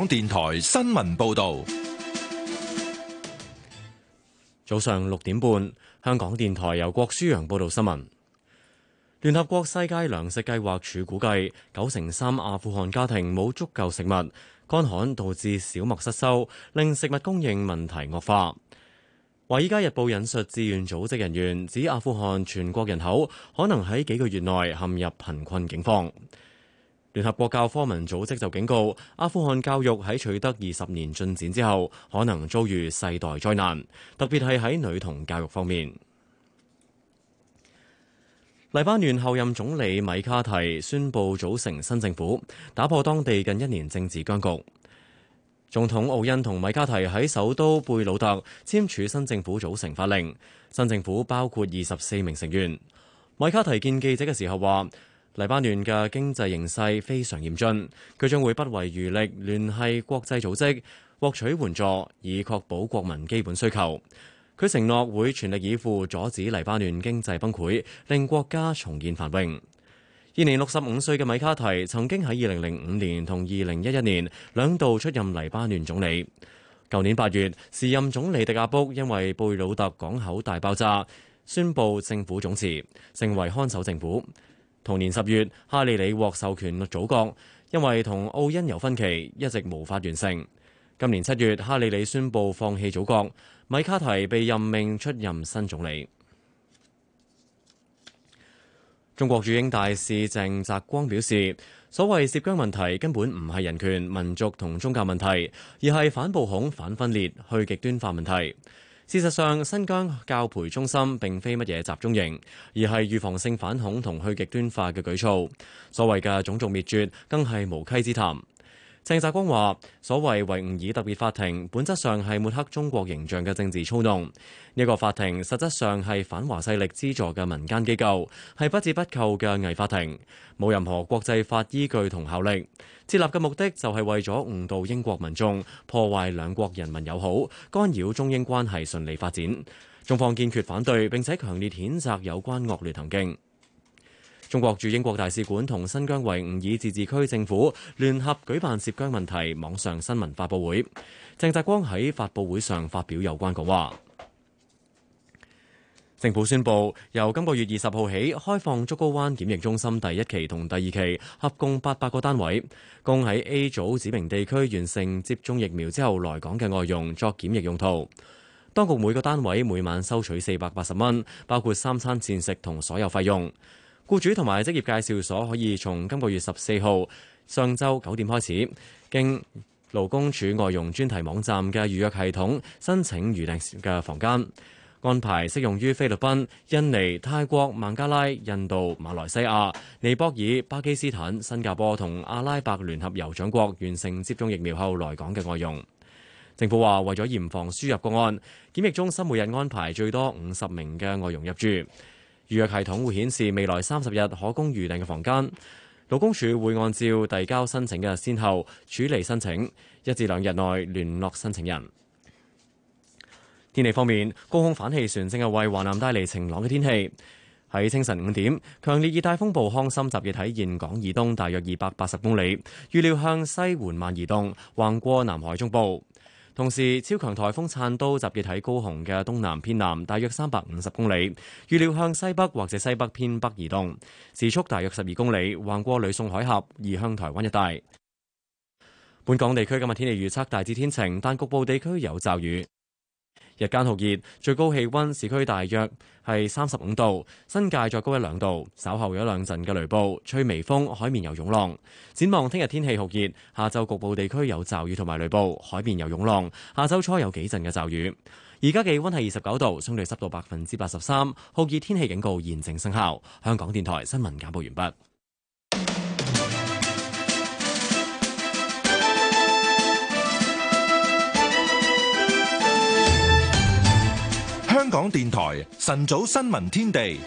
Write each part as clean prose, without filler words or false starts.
港電台新聞報道。 早上6點半，香港電台由郭舒揚報道新聞。聯合國世界糧食計劃署估計，93%阿富汗家庭冇足夠食物，乾旱導致小麥失收，令食物供應問題惡化。《華爾街日報》引述志願組織人員指，阿富汗全國人口可能喺幾個月內陷入貧困境況。聯合國教科文組織就警告，阿富汗教育喺取得20年進展之後，可能遭遇世代災難，特別係喺女童教育方面。黎巴嫩後任總理米卡提宣布組成新政府，打破當地近1年政治僵局。總統奧恩同米卡提喺首都貝魯特簽署新政府組成法令，新政府包括24名成員。米卡提見記者嘅時候話，黎巴嫩嘅經濟形勢非常嚴峻，佢將會不遺餘力聯繫國際組織，獲取援助，以確保國民基本需求。佢承諾會全力以赴阻止黎巴嫩經濟崩潰，令國家重建繁榮。現年65歲嘅米卡提曾經喺2005年同2011年兩度出任黎巴嫩總理。舊年8月，時任總理迪亞卜因為貝魯特港口大爆炸，宣布政府總辭，成為看守政府。同年10月，哈利里獲授權組閣，因為同奧恩有分歧，一直無法完成。今年7月，哈利里宣布放棄組閣，米卡提被任命出任新總理。中國駐英大使鄭澤光表示，所謂涉疆問題根本唔係人權、民族同宗教問題，而係反暴恐、反分裂、去極端化問題。事實上，新疆教培中心並非乜嘢集中營，而係預防性反恐同去極端化嘅舉措。所謂嘅種族滅絕，更係無稽之談。鄭澤光話：所謂維吾爾特別法庭，本質上係抹黑中國形象嘅政治操弄。呢個法庭實質上係反華勢力資助嘅民間機構，係不折不扣嘅偽法庭，冇任何國際法依據同效力。設立嘅目的就係為咗誤導英國民眾，破壞兩國人民友好，干擾中英關係順利發展。中方堅決反對，並且強烈譴責有關惡劣行徑。中國駐英國大使館同新疆維吾爾自治區政府聯合舉辦涉疆問題網上新聞發佈會，鄭澤光喺發佈會上發表有關講話。政府宣布，由今個月20號起開放竹篙灣檢疫中心第1期同第2期，合共800個單位，供喺 A 組指明地區完成接種疫苗之後來港嘅外傭作檢疫用途。當局每個單位每晚收取480蚊，包括3餐膳食同所有費用。僱主同埋職業介紹所可以從今個月14號上晝9點開始，經勞工處外傭專題網站嘅預約系統申請預訂嘅房間。安排適用於菲律賓、印尼、泰國、孟加拉、印度、馬來西亞、尼泊爾、巴基斯坦、新加坡同阿拉伯聯合酋長國完成接種疫苗後來港嘅外傭。政府話，為咗嚴防輸入個案，檢疫中心每日安排最多50名嘅外傭入住。預約系統會顯示未來30日可供預訂嘅房間。勞工處會按照遞交申請嘅先後處理申請，1至2日內聯絡申請人。天氣方面，高空反氣旋正係為華南帶嚟晴朗嘅天氣。喺清晨5點，強烈熱帶風暴康森集結喺峴港以東大約280公里，預料向西緩慢移動，橫過南海中部。同時，超強颱風燦都集結喺高雄嘅東南偏南大約350公里，預料向西北或者西北偏北移動，時速大約12公里，橫過呂宋海峽，移向台灣一帶。本港地區今日天氣預測大致天晴，但局部地區有驟雨。日間酷熱，最高氣溫市區大約係35度，新界再高1-2度。稍後有1-2陣嘅雷暴，吹微風，海面有湧浪。展望聽日天氣酷熱，下晝局部地區有驟雨同埋雷暴，海面有湧浪。下週初有幾陣嘅驟雨。而家氣溫係29度，相對濕度83%，酷熱天氣警告現正生效。香港電台新聞簡報完畢。 香港電台晨早新聞天地，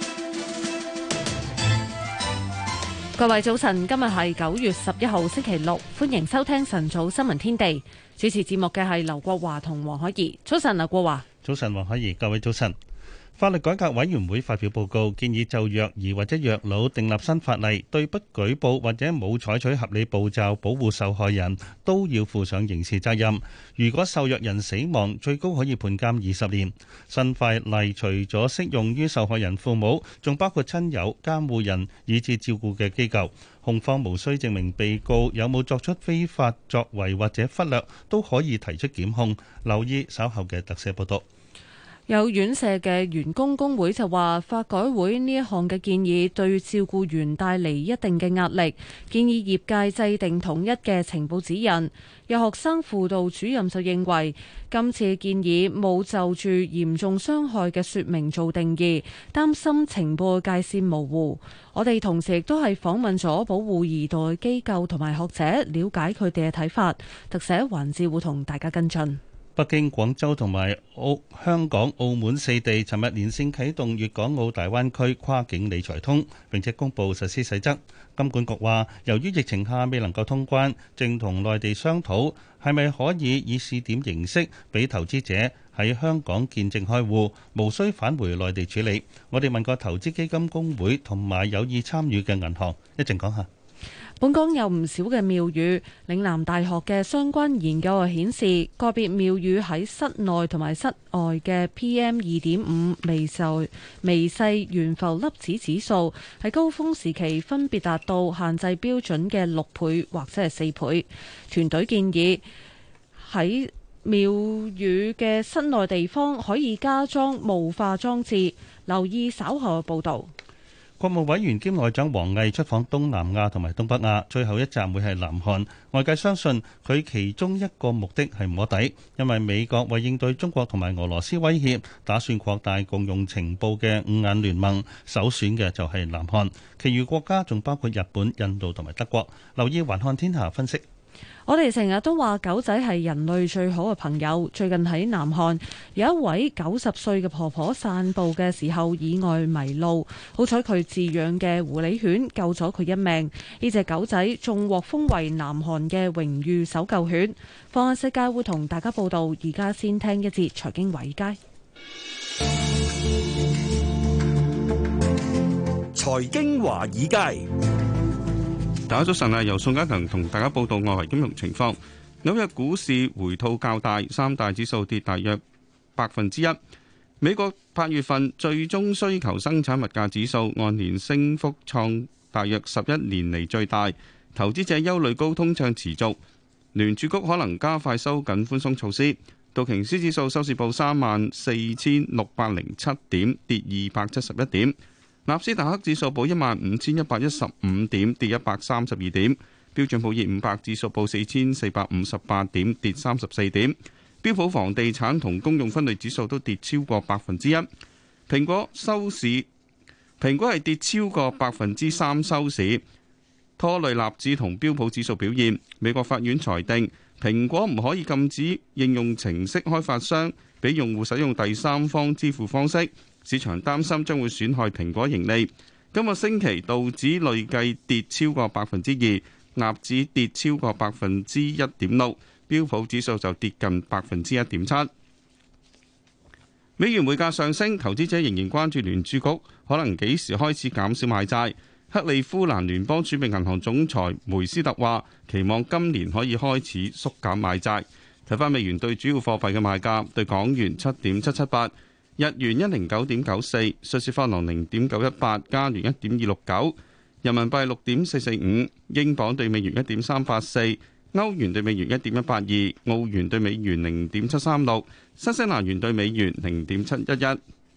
各位早晨，今日係9月11號星期六，歡迎收聽晨早新聞天地。主持節目嘅係劉國華同黃海怡。早晨，劉國華。 早晨，黃海怡。各位早晨。 法律改革委員會發表報告，建議就虐兒或者虐老訂立新法例，對不舉報或者冇採取合理步驟保護受害人都要負上刑事責任。如果受虐人死亡，最高可以判監20年。新法例除咗適用於受害人父母，仲包括親友、監護人以至照顧嘅機構。控方無需證明被告有冇作出非法作為或者忽略，都可以提出檢控。留意稍後嘅特寫報道。 有院舍嘅員工工會就話，法改會呢一項嘅建議對照顧員帶嚟一定嘅壓力，建議業界制定統一嘅情報指引。有學生輔導主任就認為，今次建議冇就住嚴重傷害嘅說明做定義，擔心情報界線模糊。我哋同時亦都係訪問咗保護兒童機構同埋學者，了解佢哋嘅睇法。特寫環節會同大家跟進。 北京、廣州同埋香港、澳門四地尋日連線啟動粵港澳大灣區跨境理財通，並且公布實施細則。金管局話，由於疫情下未能夠通關，正同內地商討係咪可以以試點形式俾投資者喺香港建證開戶，無需返回內地處理。我哋問過投資基金公會同埋有意參與嘅銀行，一陣講下。 本港有唔少嘅廟宇，嶺南大學嘅相關研究又顯示，個別廟宇喺室內同埋室外嘅 PM2.5 微細懸浮粒子指數喺高峰時期分別達到限制標準嘅6倍或者係4倍。團隊建議喺廟宇嘅室內地方可以加裝霧化裝置。留意稍後嘅報導。 國務委員兼外長王毅出訪東南亞同埋東北亞，最後一站會係南韓。外界相信佢其中一個目的係摸底，因為美國為應對中國同埋俄羅斯威脅，打算擴大共用情報嘅五眼聯盟，首選嘅就係南韓，其餘國家仲包括日本、印度同埋德國。留意環看天下分析。 我哋成日都話狗仔係人類最好嘅朋友。最近喺南韓有一位90歲嘅婆婆散步嘅時候意外迷路，好彩佢飼養嘅狐狸犬救咗佢一命。呢隻狗仔仲獲封為南韓嘅榮譽搜救犬。放眼世界會同大家報道，而家先聽一節財經華爾街。 財經華爾街。 大家早晨啊！由宋家強同大家報道外圍金融情況。紐約股市回吐較大，三大指數跌大約1%。美國8月份最終需求生產物價指數按年升幅創大約11年嚟最大，投資者憂慮高通脹持續，聯儲局可能加快收緊寬鬆措施。道瓊斯指數收市報34,607點，跌271點。納斯達克指數報15,115點，跌132點。標準普爾500指數報4,458點，跌34點。標普房地產同公用分類指數都跌超過1%。蘋果係跌超過3%收市，拖累納指同標普指數表現。美國法院裁定蘋果唔可以禁止應用程式開發商俾用戶使用第三方支付方式。市場擔心將會損害蘋果盈利。今個星期道指累計跌超過2%，納指跌超過1.6%，標普指數就跌近1.7%。美元匯價上升，投資者仍然關注聯儲局可能幾時開始減少買債。克利夫蘭聯邦儲備銀行總裁梅斯特話，期望今年可以開始縮減買債。睇返美元對主要貨幣嘅賣價，對港元7.778。日元109.94，瑞士法郎0.918，加元1.269，人民幣6.445，英鎊對美元1.384，歐元對美元1.182，澳元對美元0.736，新西蘭元對美元0.711。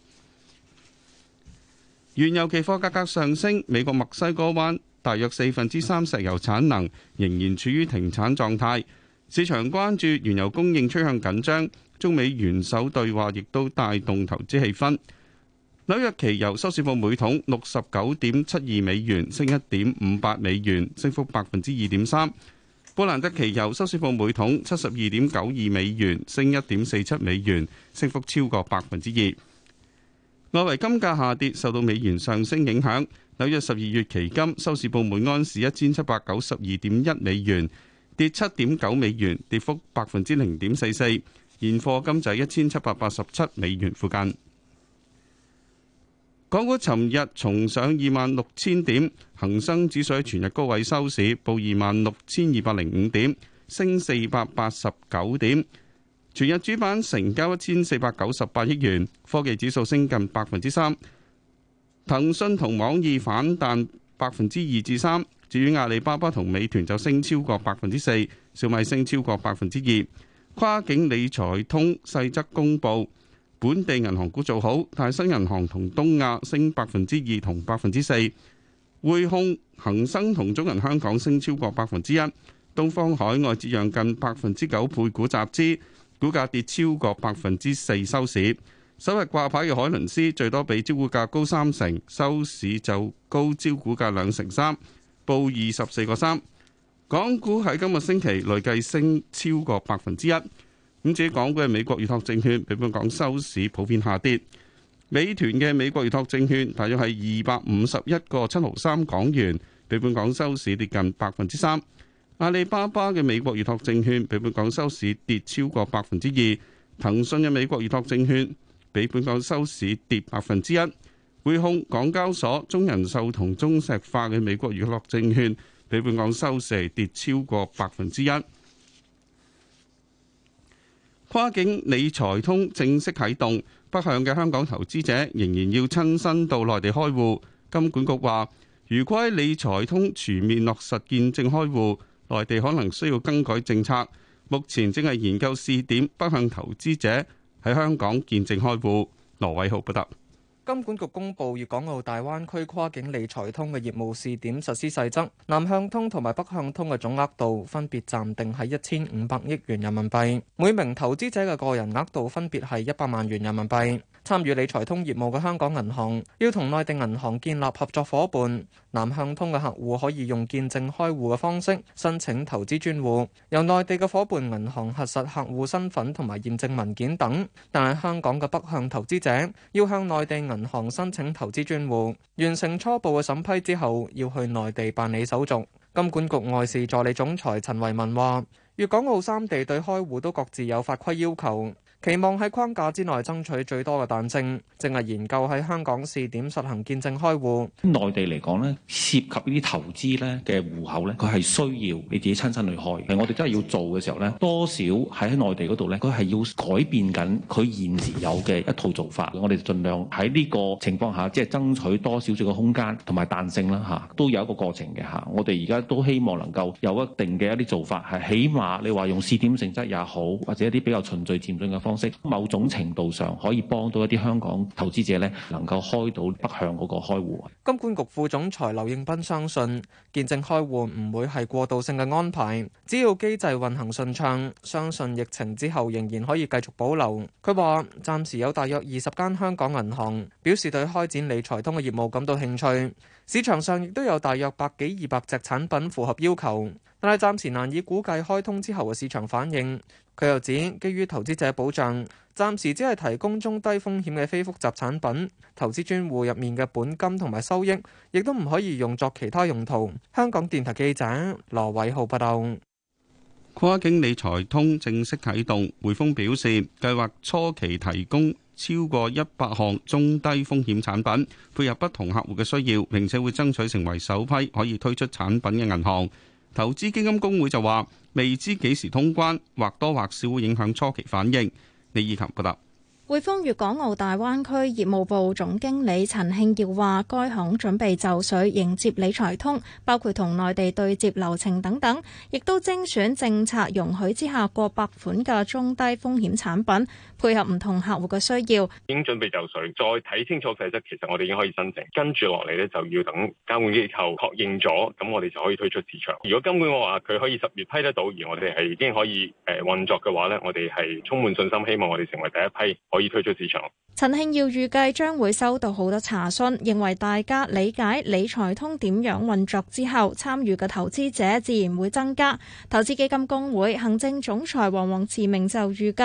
原油期貨價格上升，美國墨西哥灣大約3%石油產能仍然處於停產狀態，市場關注原油供應趨向緊張。中美元首對話亦都帶動投資氣氛。紐約期油收市報每桶69.72美元，升1.58美元，升幅2.3%。布蘭特期油收市報每桶72.92美元，升1.47美元，升幅超過2%。外圍金價下跌，受到美元上升影響。紐約12月期金收市報每安士1792.1美元，跌7.9美元，跌幅0.44%。現貨金就喺1787美元附近。 港股尋日重上26,000點，恒生指數喺全日高位收市，報26,205點，升489點。全日主板成交1498億元，科技指數升近3%。騰訊同網易反彈2%至3%，至於阿里巴巴同美團就升超過4%，小米升超過2%。跨境理財通細則公佈，本地銀行股做好，大新銀行同東亞升2%同4%，匯控、恒生同中銀香港升超過1%。東方海外折讓近9%配股集資，股價跌超過4%收市。首日掛牌嘅海倫斯最多比招股價高30%，收市就高招股價2%3%，報24.3。港股喺今個星期累計升超過1%。咁至於港股嘅美國預託證券，比本港收市普遍下跌。美團嘅美國預託證券大約係251.753港元，比本港收市跌近3%。阿里巴巴嘅美國預託證券比本港收市跌超過2%。騰訊嘅美國預託證券比本港收市跌1%。匯控、港交所、中人壽同中石化嘅美國預託證券比本港收市跌超過1%。跨境理財通正式啟動，北向嘅香港投資者仍然要親身到內地開戶。金管局話，如果喺理財通全面落實見證開戶，內地可能需要更改政策。目前正係研究試點北向投資者喺香港見證開戶。羅偉浩報道。 金管局公布粵港澳大灣區跨境理財通嘅業務試點實施細則，南向通同埋北向通嘅總額度分別暫定喺1500億元人民幣，每名投資者嘅個人額度分別係100萬元人民幣。參與理財通業務嘅香港銀行要同內地銀行建立合作夥伴，南向通嘅客戶可以用見證開戶嘅方式申請投資專戶，由內地嘅夥伴銀行核實客戶身份同埋驗證文件等。但係香港嘅北向投資者要向內地銀行申請投資專戶，完成初步嘅審批之後，要去內地辦理手續。金管局外事助理總裁陳維文話，粵港澳三地對開戶都各自有法規要求，期望喺框架之內爭取最多嘅彈性，正係研究喺香港試點實行見證開戶。 內地嚟講咧，涉及呢啲投資咧嘅戶口咧，佢係需要你自己親身去開。我哋真係要做嘅時候咧，多少喺內地嗰度咧，佢係要改變緊佢現時有嘅一套做法。我哋盡量喺呢個情況下，即係爭取多少少嘅空間同埋彈性啦嚇，都有一個過程嘅嚇。我哋而家都希望能夠有一定嘅一啲做法，係起碼你話用試點性質也好，或者一啲比較循序漸進嘅方式，某種程度上可以幫到一啲香港投資者咧，能夠開到北向嗰個開戶。 金管局副總裁劉應斌相信，見證開戶唔會係過渡性嘅安排，只要機制運行順暢，相信疫情之後仍然可以繼續保留。佢話暫時有大約20間香港銀行表示對開展理財通嘅業務感到興趣，市場上亦都有大約100幾200隻產品符合要求，但係暫時難以估計開通之後嘅市場反應。佢又指，基於投資者保障，暫時只係提供中低風險嘅非複雜產品，投資專戶入面嘅本金同埋收益，亦都唔可以用作其他用途。香港電台記者羅偉浩報道。 跨境理財通正式啟動，匯豐表示計劃初期提供超過100項中低風險產品，配合不同客戶嘅需要，並且會爭取成為首批可以推出產品嘅銀行。投資基金公會就話，未知幾時通關，或多或少會影響初期反應。李以琴報道。 匯豐粵港澳大灣區業務部總經理陳慶耀話，該行準備就緒迎接理財通，包括同內地對接流程等等，亦都精選政策容許之下過百款嘅中低風險產品，配合唔同客戶嘅需要。 已經準備就緒，再睇清楚細則，其實我哋已經可以申請，跟住落嚟呢，就要等監管機構確認咗，咁我哋就可以推出市場。如果監管我話佢可以10月批得到，而我哋係已經可以運作嘅話呢，我哋係充滿信心，希望我哋成為第一批可以推出市場。 陳慶耀預計將會收到好多查詢，認為大家理解理財通點樣運作之後，參與嘅投資者自然會增加。投資基金公會行政總裁黃慈明就預計，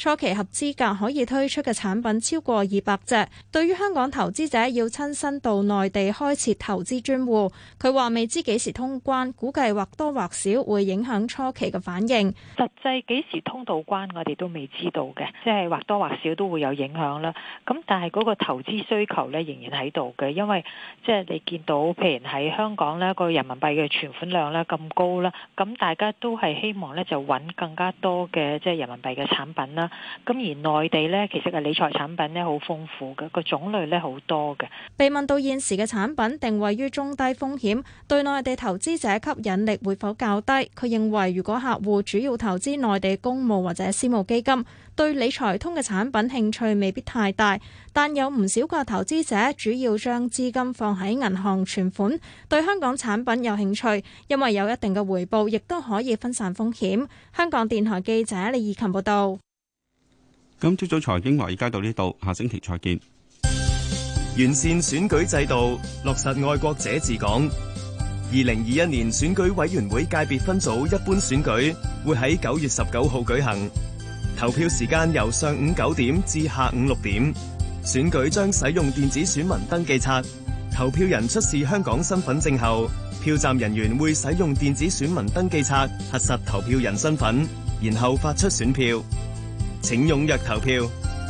初期合資格可以推出嘅產品超過200隻。對於香港投資者要親身到內地開設投資專戶，佢話未知幾時通關，估計或多或少會影響初期嘅反應。 實際幾時通到關，我哋都未知道嘅，即係或多或少都會有影響啦。咁但係嗰個投資需求咧仍然喺度嘅，因為即係你見到譬如喺香港咧個人民幣嘅存款量咧咁高啦，咁大家都係希望咧就揾更加多嘅即係人民幣嘅產品啦。咁而內地咧其實嘅理財產品咧好豐富嘅，個種類咧好多嘅。 被問到現時嘅產品定位於中低風險，對內地投資者吸引力會否較低？佢認為如果客戶主要投資內地公募或者私募基金，對理財通嘅產品興趣未必太大，但有唔少個投資者主要將資金放喺銀行存款，對香港產品有興趣，因為有一定嘅回報，亦都可以分散風險。香港電台記者李義琴報道。 今朝早財經華爾街到呢度，下星期再見。 完善選舉制度，落實愛國者治港。2021年選舉委員會界別分組一般選舉會喺9月19號舉行，投票時間由上午9點至下午6點。選舉將使用電子選民登記冊，投票人出示香港身份證後，票站人員會使用電子選民登記冊核實投票人身份，然後發出選票。請踴躍投票。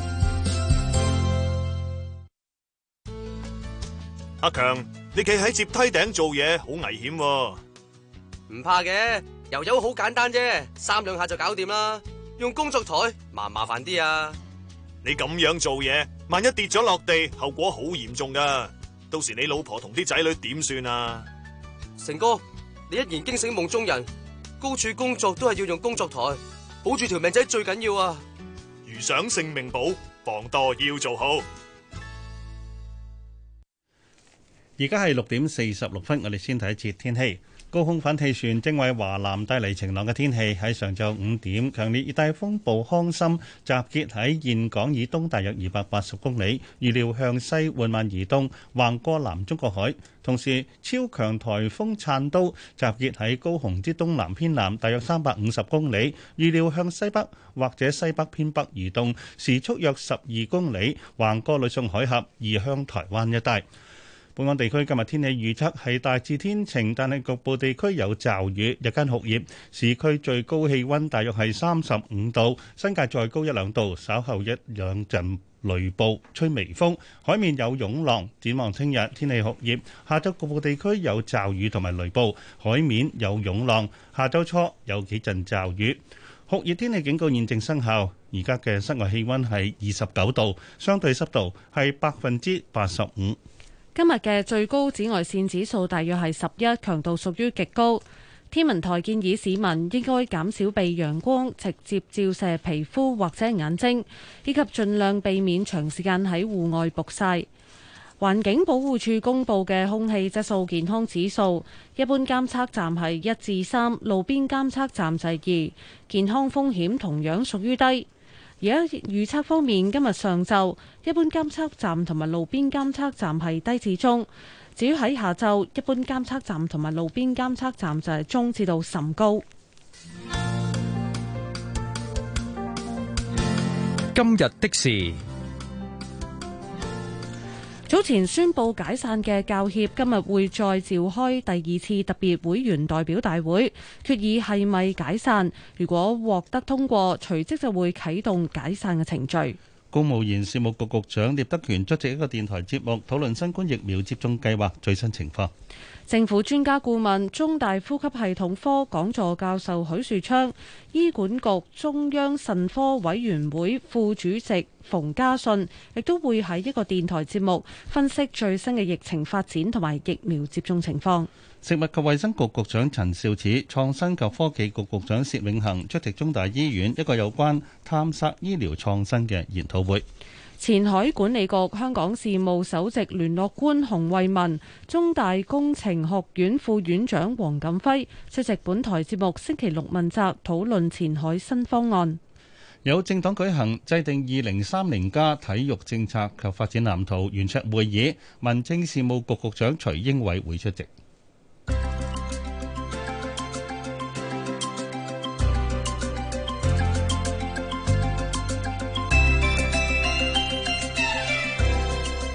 阿強，你企喺接梯頂做嘢好危險喎。 唔怕嘅，油油好簡單啫，3兩下就搞掂啦。用工作台麻唔麻煩啲啊？ 你咁樣做嘢，萬一跌咗落地，後果好嚴重噶。到時你老婆同啲仔女點算啊？ 成哥，你一言驚醒夢中人，高處工作都係要用工作台，保住條命仔最緊要啊！ 如想性命保，防墮要做好。 而家係6:46，我哋先睇一節天氣。高空反氣旋正為華南帶嚟晴朗嘅天氣。喺上晝5點，強烈熱帶風暴康森集結喺峴港以東大約280公里，預料向西緩慢移動，橫過南中國海。同時，超強颱風燦都集結喺高雄之東南偏南大約350公里，預料向西北或者西北偏北移動，時速約12公里，橫過呂宋海峽，移向台灣一帶。本港地區今日天氣預測係大致天晴，但係局部地區有驟雨，日間酷熱，市區最高氣溫大約係35度，新界再高1-2度，稍後1-2陣雷暴，吹微風，海面有湧浪。展望聽日天氣酷熱，下晝局部地區有驟雨同埋雷暴，海面有湧浪。下週初有幾陣驟雨。酷熱天氣警告現正生效。而家嘅室外氣溫係29度，相對濕度係85%。 今日嘅最高紫外線指數大約係11，強度屬於極高。天文台建議市民應該減少被陽光直接照射皮膚或者眼睛，以及盡量避免長時間喺戶外曝曬。環境保護署公布嘅空氣質素健康指數，一般監測站係1至3，路邊監測站就係2，健康風險同樣屬於低。而家預測方面，今日上晝一般監測站同埋路邊監測站係低至中，至於喺下晝，一般監測站同埋路邊監測站就係中至到甚高。 今日的事， 早前宣布解散嘅教協今日會再召開第2次特別會員代表大會，決議係咪解散。如果獲得通過，隨即就會啟動解散嘅程序。 公務員事務局局長聶德權出席一個電台節目，討論新冠疫苗接種計劃最新情況。 政府專家顧問、中大呼吸系統科講座教授許樹昌、醫管局中央腎科委員會副主席馮家信亦都會喺一個電台節目分析最新嘅疫情發展同埋疫苗接種情況。 食物及衛生局局長陳肇始、創新及科技局局長薛永恒出席中大醫院一個有關探索醫療創新嘅研討會。 前海管理局香港事務首席聯絡官洪為民、中大工程學院副院長黃錦輝出席本台節目星期六問責，討論前海新方案。 有政黨舉行制定2030+體育政策及發展藍圖圓桌會議，民政事務局局長徐英偉會出席。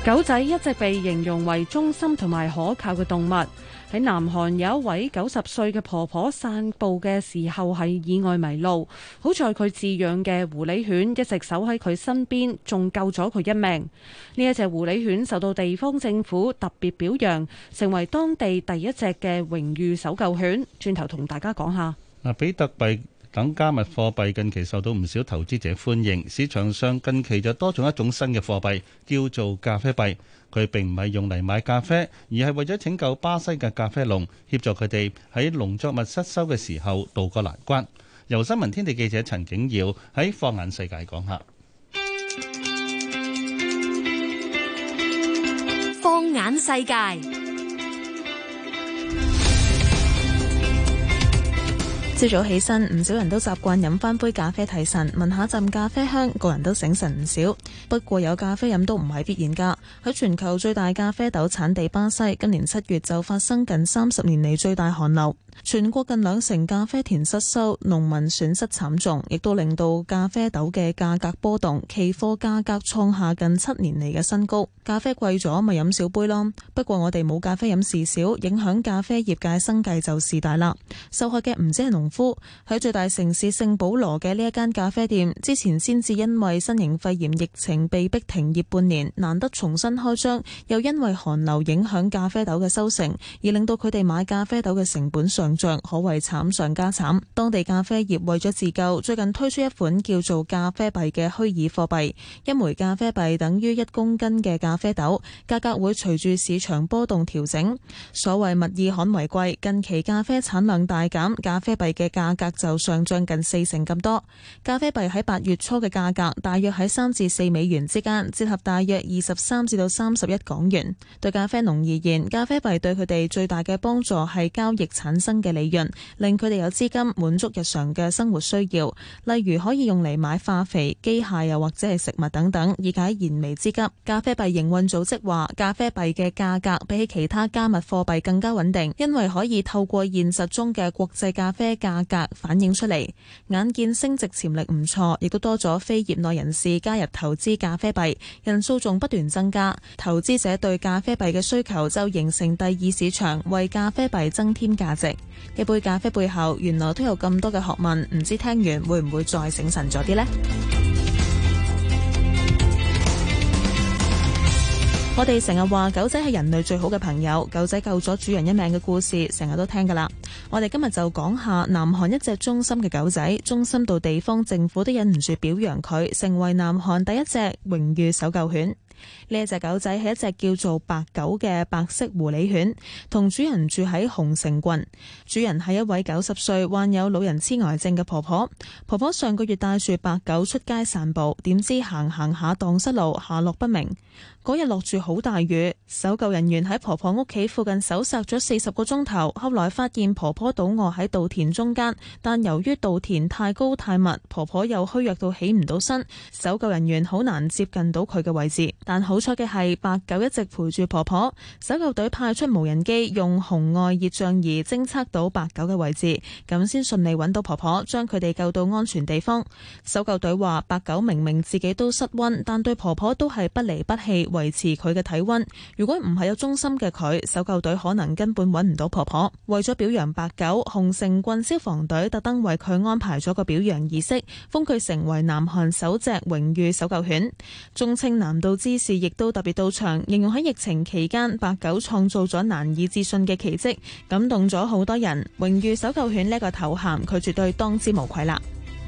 狗仔一直被形容為忠心同埋可靠嘅動物。喺南韓有一位90歲嘅婆婆散步嘅時候係意外迷路，好在佢飼養嘅狐狸犬一直守喺佢身邊，仲救咗佢一命。呢一隻狐狸犬受到地方政府特別表揚，成為當地第一隻嘅榮譽搜救犬。轉頭同大家講下。 比特幣等加密貨幣近期受到唔少投資者歡迎，市場上近期就多咗一種新嘅貨幣，叫做咖啡幣。佢並唔係用嚟買咖啡，而係為咗拯救巴西嘅咖啡農，協助佢哋喺農作物失收嘅時候渡過難關。由新聞天地記者陳景耀喺放眼世界講下。 放眼世界。朝早起身，唔少人都習慣飲翻杯咖啡提神，聞下陣咖啡香，個人都醒神唔少。不過有咖啡飲都唔係必然㗎。喺全球最大咖啡豆產地巴西，今年7月就發生近30年嚟最大寒流，全國近2成咖啡田失收，農民損失慘重，亦都令到咖啡豆嘅價格波動，期貨價格創下近7年嚟嘅新高。咖啡貴咗咪飲少杯咯。不過我哋冇咖啡飲事少，影響咖啡業界生計就事大啦。受害嘅唔止係農夫，喺最大城市聖保羅嘅呢一間咖啡店，之前先至因為新型肺炎疫情被逼停業半年，難得重新開張，又因為寒流影響咖啡豆嘅收成，而令到佢哋買咖啡豆嘅成本上漲，可謂慘上加慘。當地咖啡業為咗自救，最近推出一款叫做咖啡幣嘅虛擬貨幣，一枚咖啡幣等於1公斤嘅咖啡豆，價格會隨住市場波動調整。所謂物以罕為貴，近期咖啡產量大減，咖啡幣嘅價格就上漲近4成咁多。咖啡幣喺8月初嘅價格大約喺3至4美元之間，折合大約23至到31港元。對咖啡農而言，咖啡幣對佢哋最大嘅幫助係交易產生嘅利潤，令佢哋有資金滿足日常嘅生活需要，例如可以用嚟買化肥、機械又或者係食物等等，以解燃眉之急。咖啡幣營運組織話，咖啡幣嘅價格比起其他加密貨幣更加穩定，因為可以透過現實中嘅國際咖啡價格反映出嚟。眼見升值潛力唔錯，亦都多咗非業內人士加入投資咖啡幣，人數仲不斷增加。投資者對咖啡幣嘅需求就形成第二市場，為咖啡幣增添價值。一杯咖啡背後原來都有咁多嘅學問，唔知聽完會唔會再醒神咗啲呢？我哋成日話狗仔係人類最好嘅朋友，狗仔救咗主人一命嘅故事成日都聽㗎啦。我哋今日就講下南韓一隻忠心嘅狗仔，忠心到地方政府都忍唔住表揚佢，成為南韓第一隻榮譽搜救犬。呢一隻狗仔係一隻叫做白狗嘅白色狐狸犬，同主人住喺洪城郡。主人係一位90歲患有老人痴呆症嘅婆婆。婆婆上個月帶住白狗出街散步，點知行下蕩失路，下落不明。嗰日落住好大雨，搜救人員喺婆婆屋企附近搜索咗40個鐘頭，後來發現婆婆倒卧喺稻田中間，但由於稻田太高太密，婆婆又虛弱到起唔到身，搜救人員好難接近到佢嘅位置。但好彩嘅係白狗一直陪住婆婆，搜救隊派出無人機用紅外熱像儀偵測到白狗嘅位置，咁先順利揾到婆婆，將佢哋救到安全地方。搜救隊話白狗明明自己都失溫，但對婆婆都係不離不棄，維持佢嘅體溫。如果唔係有忠心嘅佢，搜救隊可能根本揾唔到婆婆。為咗表揚白狗，洪城郡消防隊特登為佢安排咗個表揚儀式，封佢成為南韓首隻榮譽搜救犬。中青南道知事亦都特別到場，形容喺疫情期間白狗創造咗難以置信嘅奇蹟，感動咗好多人。榮譽搜救犬呢個頭銜，佢絕對當之無愧啦。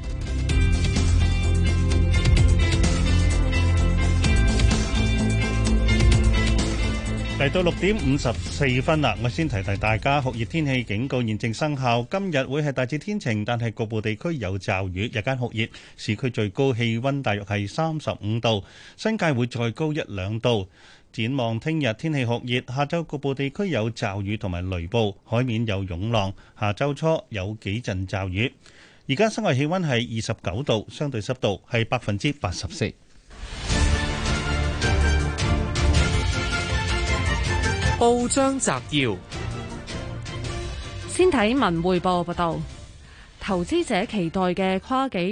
嚟到6:54啦，我先提大家，酷熱天氣警告現正生效。今日會係大致天晴，但係局部地區有驟雨，日間酷熱，市區最高氣溫大約係35度，新界會再高1-2度。展望聽日天氣酷熱，下晝局部地區有驟雨同埋雷暴，海面有湧浪，下週初有幾陣驟雨。而家室外氣溫係29度，相對濕度係84%。 報章摘要， 先睇文匯報報道，投資者期待嘅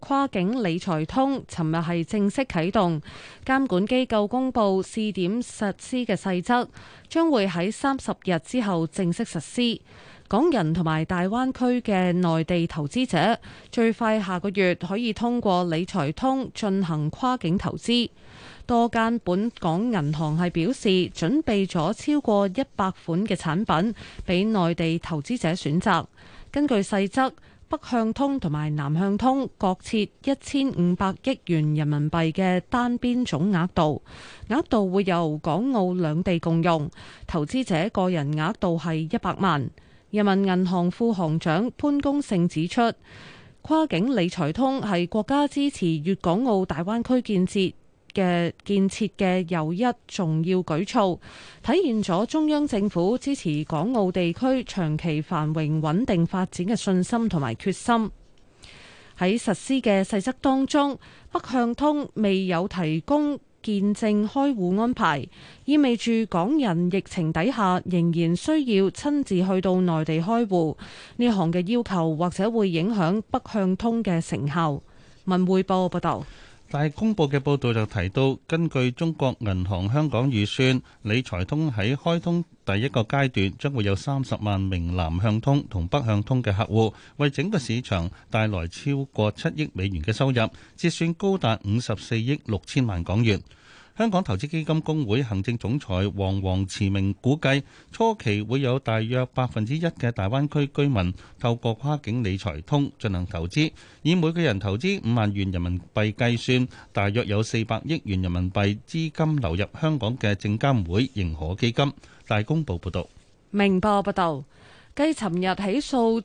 跨境理財通尋日係正式啟動，監管機構公佈試點實施嘅細則，將會喺30日之後正式實施。港人同埋大灣區嘅內地投資者最快下個月可以通過理財通進行跨境投資。多間本港銀行係表示準備咗超過100款嘅產品俾內地投資者選擇。根據細則，北向通同埋南向通各設1500億元人民幣嘅單邊總額度，額度會由港澳兩地共用，投資者個人額度係100萬。人民銀行副行長潘功勝指出，跨境理財通係國家支持粵港澳大灣區建設嘅又一重要舉措，體現咗中央政府支持港澳地區長期繁榮穩定發展嘅信心同埋決心。喺實施嘅細則當中，北向通未有提供見證開戶安排，意味住港人疫情底下仍然需要親自去到內地開戶。呢項嘅要求或者會影響北向通嘅成效。文匯報報道。 但係公佈嘅報導就提到，根據中國銀行香港預算，理財通喺開通第一個階段將會有30萬名南向通同北向通嘅客戶，為整個市場帶來超過7億美元嘅收入，折算高達54億6千萬港元。香港投資基金公會行政總裁黃慈明估計，初期會有大約1%嘅大灣區居民透過跨境理財通進行投資，以每個人投資5萬元人民幣計算，大約有400億元人民幣資金流入香港嘅證監會認可基金。大公報報道。 明報報道。繼尋日起訴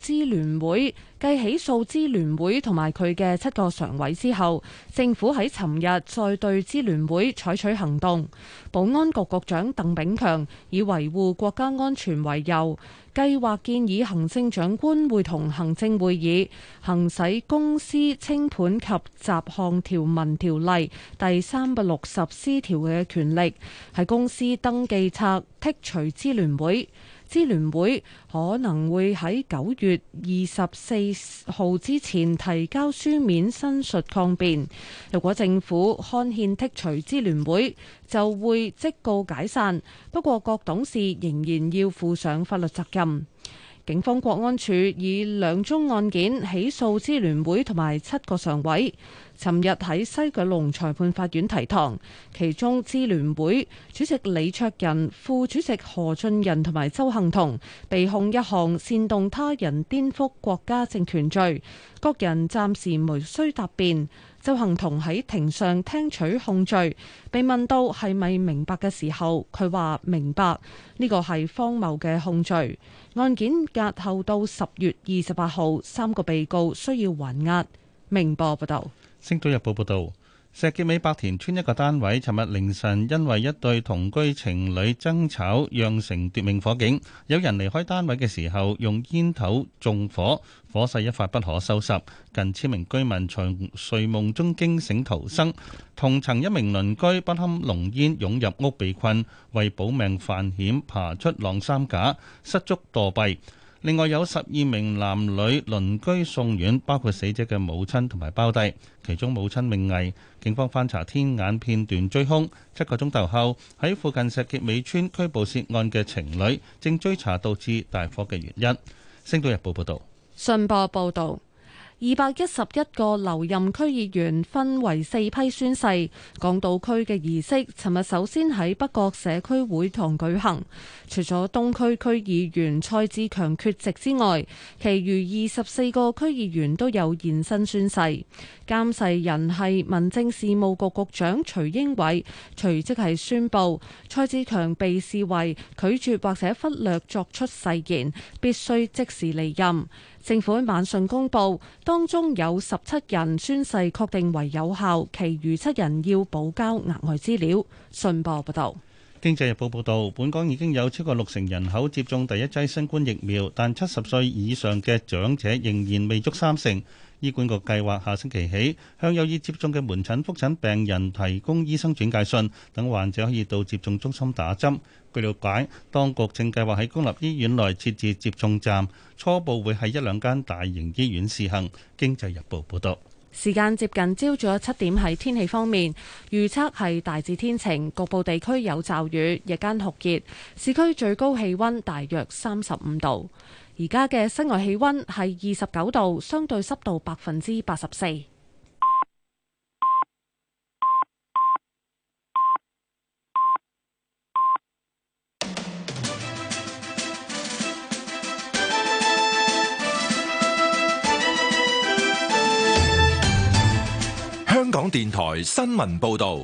支聯會同埋佢嘅7個常委之後，政府喺尋日再對支聯會採取行動。保安局局長鄧炳強以維護國家安全為由，計劃建議行政長官會同行政會議行使公司清盤及雜項條文條例第360C 條嘅權力，喺公司登記冊剔除支聯會。支聯會可能會喺9月24號之前提交書面申述抗辯。如果政府刊憲剔除支聯會，就會即告解散。不過各董事仍然要負上法律責任。警方國安處以2宗案件起訴支聯會同埋7個常委。尋日喺西九龍裁判法院提堂，其中支聯會主席李卓人、副主席何俊仁同埋鄒幸彤被控一項煽動他人顛覆國家政權罪，各人暫時無需答辯。鄒幸彤喺庭上聽取控罪，被問到係咪明白嘅時候，佢話明白，呢個係荒謬嘅控罪。案件押後到10月28號，3個被告需要還押。明報報道。 星島日報報導，石硤尾白田村一個單位，尋日凌晨因為一對同居情侶爭吵，釀成奪命火警。有人離開單位嘅時候，用煙頭縱火，火勢一發不可收拾。近千名居民從睡夢中驚醒逃生，同層一名鄰居不堪濃煙湧入屋被困，為保命犯險爬出晾衫架，失足墮斃。另外有12名男女鄰居送院，包括死者嘅母親同埋胞弟，其中母親命危。警方翻查天眼片段追兇，7個鐘頭後喺附近石硤尾村拘捕涉案嘅情侶，正追查導致大火嘅原因。星島日報報道。 信報報導。211個留任區議員分為4批宣誓，港島區嘅儀式尋日首先喺北角社區會堂舉行。除咗東區區議員蔡志強缺席之外，其餘24個區議員都有現身宣誓。監誓人係民政事務局局長徐英偉，隨即係宣布蔡志強被視為拒絕或者忽略作出誓言，必須即時離任。政府喺晚上公布，當中有17人宣誓確定為有效，其餘7人要補交額外資料。信報報道。 經濟日報報導，本港已經有超過60%人口接種第一劑新冠疫苗，但70歲以上嘅長者仍然未足30%。醫管局計劃下星期起向有意接種嘅門診覆診病人提供醫生轉介信，等患者可以到接種中心打針。據了解，當局正計劃喺公立醫院內設置接種站，初步會喺1-2間大型醫院試行。經濟日報報導。 時間接近朝早7點，喺天氣方面預測係大致天晴，局部地區有驟雨，日間酷熱，市區最高氣溫大約35度。而家嘅室外氣溫係29度，相對濕度84%。 香港電台新聞報道。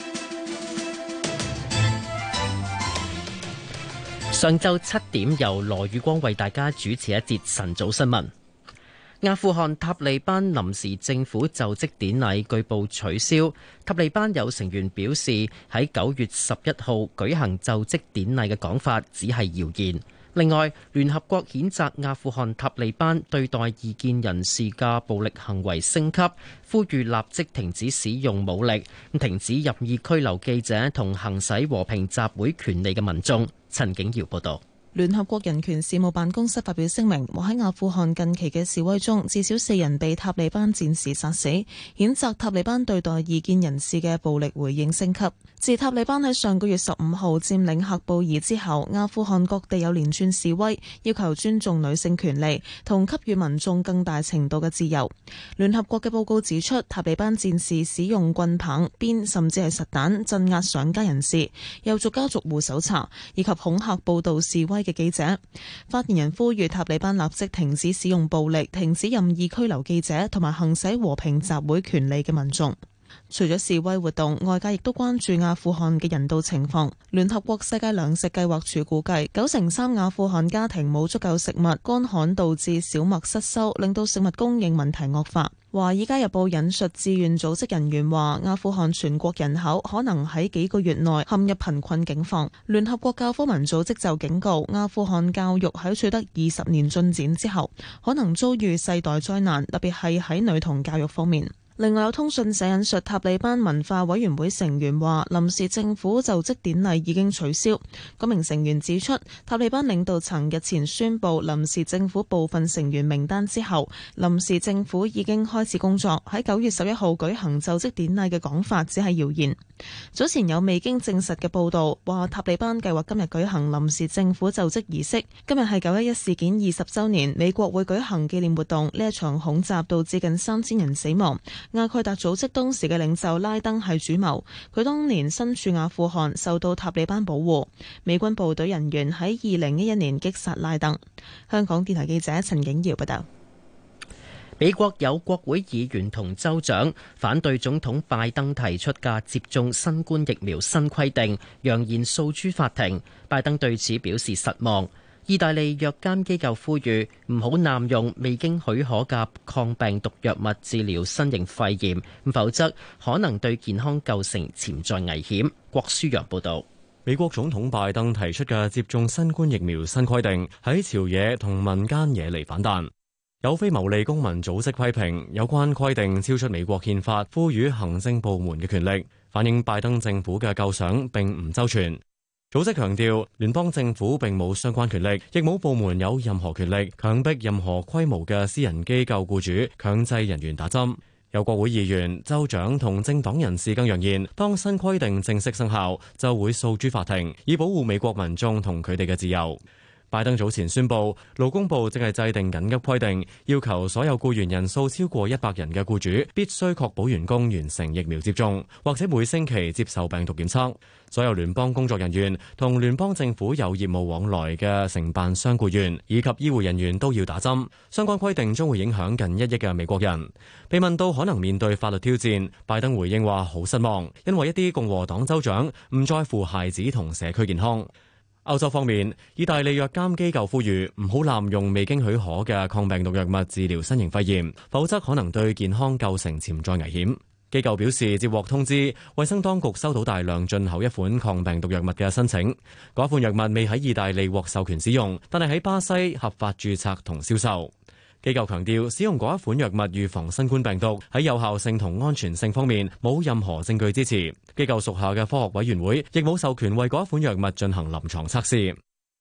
上晝7點，由羅宇光為大家主持一節晨早新聞。阿富汗塔利班臨時政府就職典禮據報取消。塔利班有成員表示，喺9月11號舉行就職典禮嘅講法只係謠言。另外，聯合國譴責阿富汗塔利班對待異見人士嘅暴力行為升級，呼籲立即停止使用武力，停止任意拘留記者同行使和平集會權利嘅民眾。陳景堯報道。 聯合國人權事務辦公室發表聲明，話喺阿富汗近期嘅示威中，至少4人被塔利班戰士殺死，譴責塔利班對待異見人士嘅暴力回應升級。自塔利班喺上個月15號佔領喀布爾之後，阿富汗各地有連串示威，要求尊重女性權利同給予民眾更大程度嘅自由。聯合國嘅報告指出，塔利班戰士使用棍棒、鞭甚至係實彈鎮壓上街人士，又逐家逐戶搜查，以及恐嚇報導示威嘅記者。發言人呼籲塔利班立即停止使用暴力，停止任意拘留記者同埋行使和平集會權利嘅民眾。除咗示威活動，外界亦都關注阿富汗嘅人道情況。聯合國世界糧食計劃署估計，93%阿富汗家庭冇足夠食物，乾旱導致小麥失收，令到食物供應問題惡化。華爾街日報引述志願組織人員話，阿富汗全國人口可能喺幾個月內陷入貧困境況。聯合國教科文組織就警告，阿富汗教育喺取得20年進展之後，可能遭遇世代災難，特別係喺女童教育方面。另外有通訊社引述塔利班文化委員會成員話，臨時政府就職典禮已經取消。嗰名成員指出，塔利班領導層日前宣布臨時政府部分成員名單之後，臨時政府已經開始工作。喺9月11號舉行就職典禮嘅講法只係謠言。早前有未經證實嘅報導話，塔利班計劃今日舉行臨時政府就職儀式。今日係911事件20週年，美國會舉行紀念活動。呢一場恐襲導致近3000人死亡。阿蓋達組織當時嘅領袖拉登係主謀，佢當年身處阿富汗，受到塔利班保護。美軍部隊人員喺2011年擊殺拉登。香港電台記者陳景堯報道。 美國有國會議員同州長反對總統拜登提出嘅接種新冠疫苗新規定，揚言訴諸法庭。拜登對此表示失望。意大利藥監機構呼籲唔好濫用未經許可嘅抗病毒藥物治療新型肺炎，否則可能對健康構成潛在危險。郭舒陽報導。 美國總統拜登提出嘅接種新冠疫苗新規定喺朝野同民間惹嚟反彈。有非牟利公民組織批評有關規定超出美國憲法賦予行政部門嘅權力，反映拜登政府嘅構想並唔周全。組織強調，聯邦政府並冇相關權力，亦冇部門有任何權力強迫任何規模嘅私人機構僱主強制人員打針。有國會議員、州長同政黨人士更揚言，當新規定正式生效，就會訴諸法庭，以保護美國民眾同佢哋嘅自由。拜登早前宣布，勞工部正係制定緊急規定，要求所有僱員人數超過100人嘅僱主必須確保員工完成疫苗接種，或者每星期接受病毒檢測。所有聯邦工作人員同聯邦政府有業務往來嘅承辦商僱員以及醫護人員都要打針。相關規定將會影響近1億嘅美國人。被問到可能面對法律挑戰，拜登回應話好失望，因為一啲共和黨州長唔在乎孩子同社區健康。歐洲方面，意大利藥監機構呼籲唔好濫用未經許可嘅抗病毒藥物治療新型肺炎，否則可能對健康構成潛在危險。機構表示接獲通知，衛生當局收到大量進口一款抗病毒藥物嘅申請，嗰款藥物未喺意大利獲授權使用，但係喺巴西合法註冊同銷售。機構強調，使用嗰一款藥物預防新冠病毒喺有效性同安全性方面冇任何證據支持。機構屬下嘅科學委員會亦冇授權為嗰一款藥物進行臨床測試。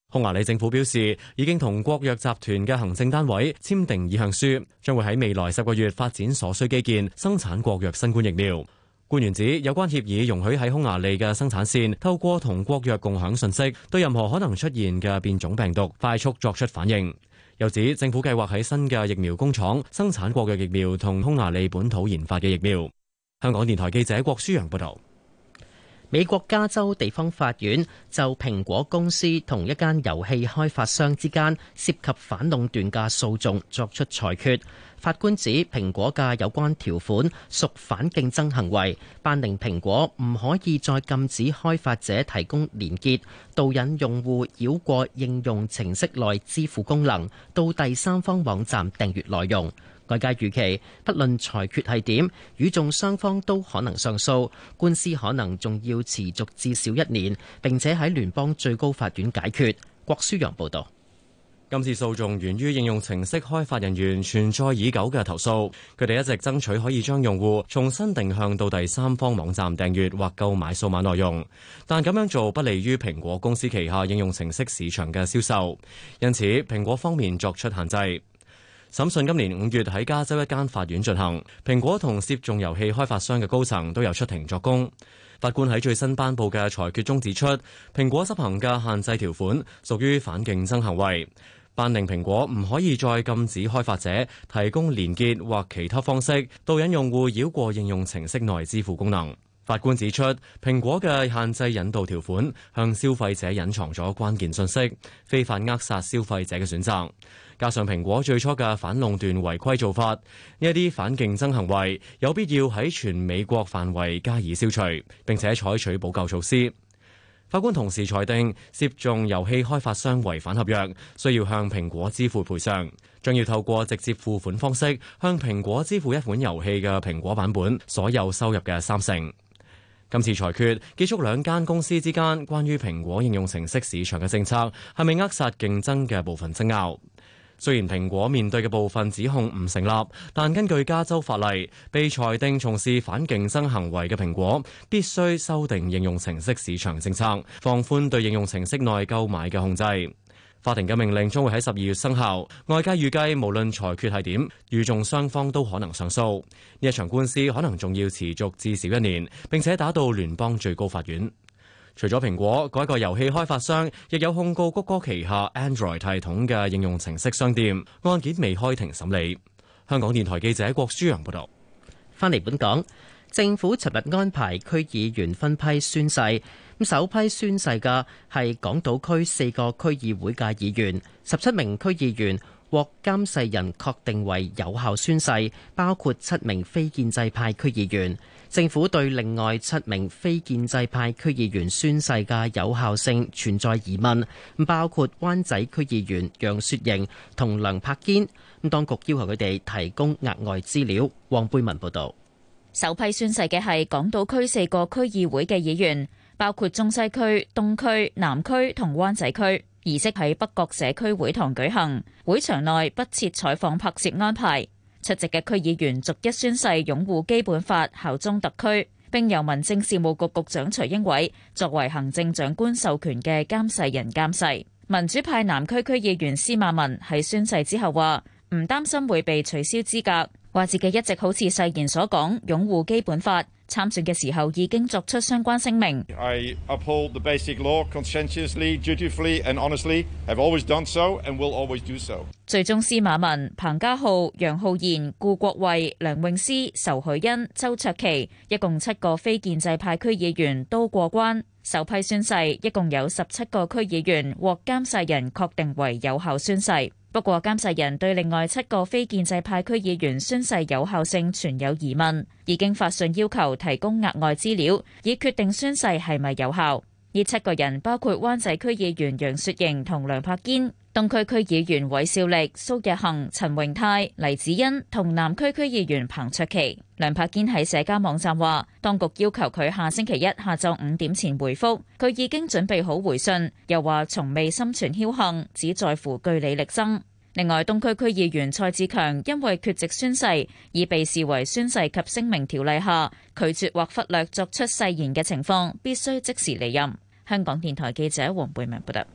匈牙利政府表示，已經同國藥集團嘅行政單位簽訂意向書，將會喺未來10個月發展所需基建，生產國藥新冠疫苗。官員指，有關協議容許喺匈牙利嘅生產線透過同國藥共享信息，對任何可能出現嘅變種病毒快速作出反應。又指政府計劃喺新嘅疫苗工廠生產國藥疫苗同匈牙利本土研發嘅疫苗。香港電台記者郭舒揚報導。 美國加州地方法院就蘋果公司同一間遊戲開發商之間涉及反壟斷嘅訴訟作出裁決。法官指蘋果嘅有關條款屬反競爭行為，頒令蘋果唔可以再禁止開發者提供連結，導引用戶繞過應用程式內支付功能到第三方網站訂閱內容。外界預期，不論裁決係點，與訟雙方都可能上訴，官司可能仲要持續至少1年，並且喺聯邦最高法院解決。郭舒陽報導。 今次訴訟源於應用程式開發人員存在已久嘅投訴，佢哋一直爭取可以將用戶重新定向到第三方網站訂閱或購買數碼內容，但咁樣做不利於蘋果公司旗下應用程式市場嘅銷售，因此蘋果方面作出限制。審訊今年5月喺加州一間法院進行，蘋果同涉眾遊戲開發商嘅高層都有出庭作供。法官喺最新頒布嘅裁決中指出，蘋果執行嘅限制條款屬於反競爭行為，頒令蘋果唔可以再禁止開發者提供連結或其他方式導引用戶繞過應用程式內支付功能。法官指出，蘋果嘅限制引導條款向消費者隱藏咗關鍵信息，非法扼殺消費者嘅選擇。加上蘋果最初嘅反壟斷違規做法，呢一啲反競爭行為有必要喺全美國範圍加以消除，並且採取補救措施。法官同時裁定，涉眾遊戲開發商違反合約，需要向蘋果支付賠償，將要透過直接付款方式向蘋果支付一款遊戲嘅蘋果版本所有收入嘅30%。今次裁決結束兩間公司之間關於蘋果應用程式市場嘅政策係咪扼殺競爭嘅部分爭拗。雖然蘋果面對嘅部分指控唔成立，但根據加州法例，被裁定從事反競爭行為嘅蘋果必須修訂應用程式市場政策，放寬對應用程式內購買嘅控制。法庭嘅命令將會喺12月生效，外界預計無論裁決係點，與訟雙方都可能上訴。呢一場官司可能仲要持續至少1年，並且打到聯邦最高法院。除咗蘋果，嗰一個遊戲開發商亦有控告谷歌旗下 Android 系統嘅應用程式商店，案件未開庭審理。香港電台記者郭舒陽報道。 翻嚟本港，政府尋日安排區議員分批宣誓。首批宣誓嘅係港島區4個區議會嘅議員，17名區議員獲監誓人確定為有效宣誓，包括7名非建制派區議員。政府對另外7名非建制派區議員宣誓嘅有效性存在疑問，包括灣仔區議員楊雪盈同梁柏堅。當局要求佢哋提供額外資料。黃貝文報導。 首批宣誓嘅係港島區4個區議會嘅議員，包括中西區、東區、南區同灣仔區。儀式喺北角社區會堂舉行，會場內不設採訪拍攝安排。出席嘅區議員逐一宣誓擁護基本法、效忠特區，並由民政事務局局長徐英偉作為行政長官授權嘅監誓人監誓。民主派南區區議員司馬文喺宣誓之後話：唔擔心會被取消資格，話自己一直好似誓言所講擁護基本法。參選嘅時候已經作出相關聲明。 I uphold the basic law conscientiously, dutifully and honestly. Have always done so and will always do so. 最終司馬文、彭家浩、楊浩然、顧國衛、梁詠詩、仇許欣、周卓琪，一共7個非建制派區議員都過關。首批宣誓一共有17個區議員獲監誓人確定為有效宣誓。不過監誓人對另外7個非建制派區議員宣誓有效性存有疑問，已經發信要求提供額外資料，以決定宣誓係咪有效。呢7個人包括灣仔區議員楊雪盈同梁柏堅、東區區議員韋少力、蘇日恒、陳榮泰、黎子欣同南區區議員彭卓棋。梁柏堅喺社交網站話，當局要求佢下星期一下晝5點前回覆，佢已經準備好回信，又話從未心存僥倖，只在乎據理力爭。另外，東區區議員蔡志強因為缺席宣誓，已被視為宣誓及聲明條例下拒絕或忽略作出誓言嘅情況，必須即時離任。香港電台記者黃貝明報道。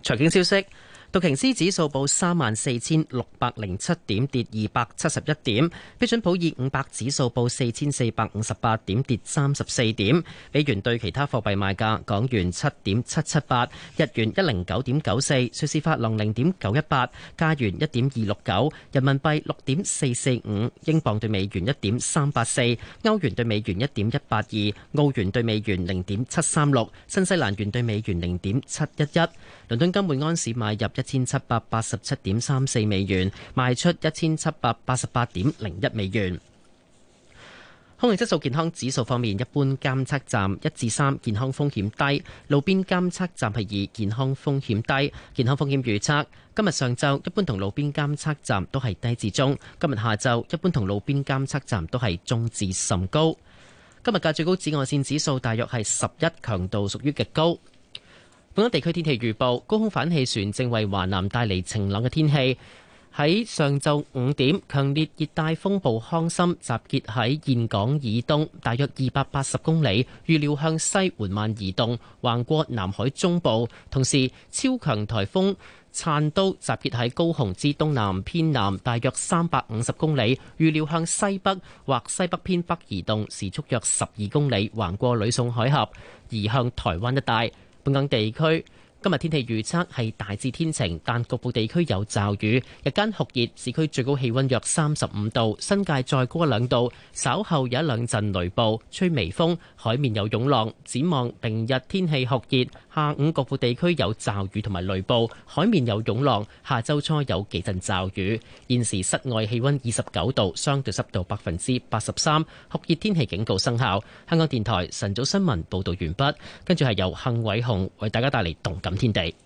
財經消息。道瓊斯指數報34,607點，跌271點；標準普爾500指數報4,458點，跌34點。美元對其他貨幣賣價：港元7.778，日元109.94，瑞士法郎0.918，加元1.269，人民幣6.445，英鎊對美元1.384，歐元對美元1.182，澳元對美元0.736，新西蘭元對美元0.711。倫敦金每安士買入1787.34美元，賣出1788.01美元。空氣質素健康指數方面，一般監測站1至3，健康風險低；路邊監測站係2，健康風險低。健康風險預測今日上晝一般同路邊監測站都係低至中，今日下晝一般同路邊監測站都係中至甚高。今日嘅最高紫外線指數大約係11，強度屬於極高。本港地區天氣預報，高空反氣旋正為華南帶嚟晴朗嘅天氣。喺上晝5點，強烈熱帶風暴康森集結喺峴港以東大約280公里，預料向西緩慢移動，橫過南海中部。同時，超強颱風燦都集結喺高雄之東南偏南大約350公里，預料向西北或西北偏北移動，時速約12公里，橫過呂宋海峽，移向台灣一帶。本港地區今日天氣預測係大致天晴，但局部地區有驟雨。日間酷熱，市區最高氣溫約35度，新界再高1-2度。稍後有1-2陣雷暴，吹微風，海面有湧浪。展望明日天氣酷熱，下午局部地區有驟雨同埋雷暴，海面有湧浪。下週初有幾陣驟雨。現時室外氣溫29度，相對濕度83%，酷熱天氣警告生效。香港電台晨早新聞報道完畢，跟住係由幸偉雄為大家帶嚟動感天地。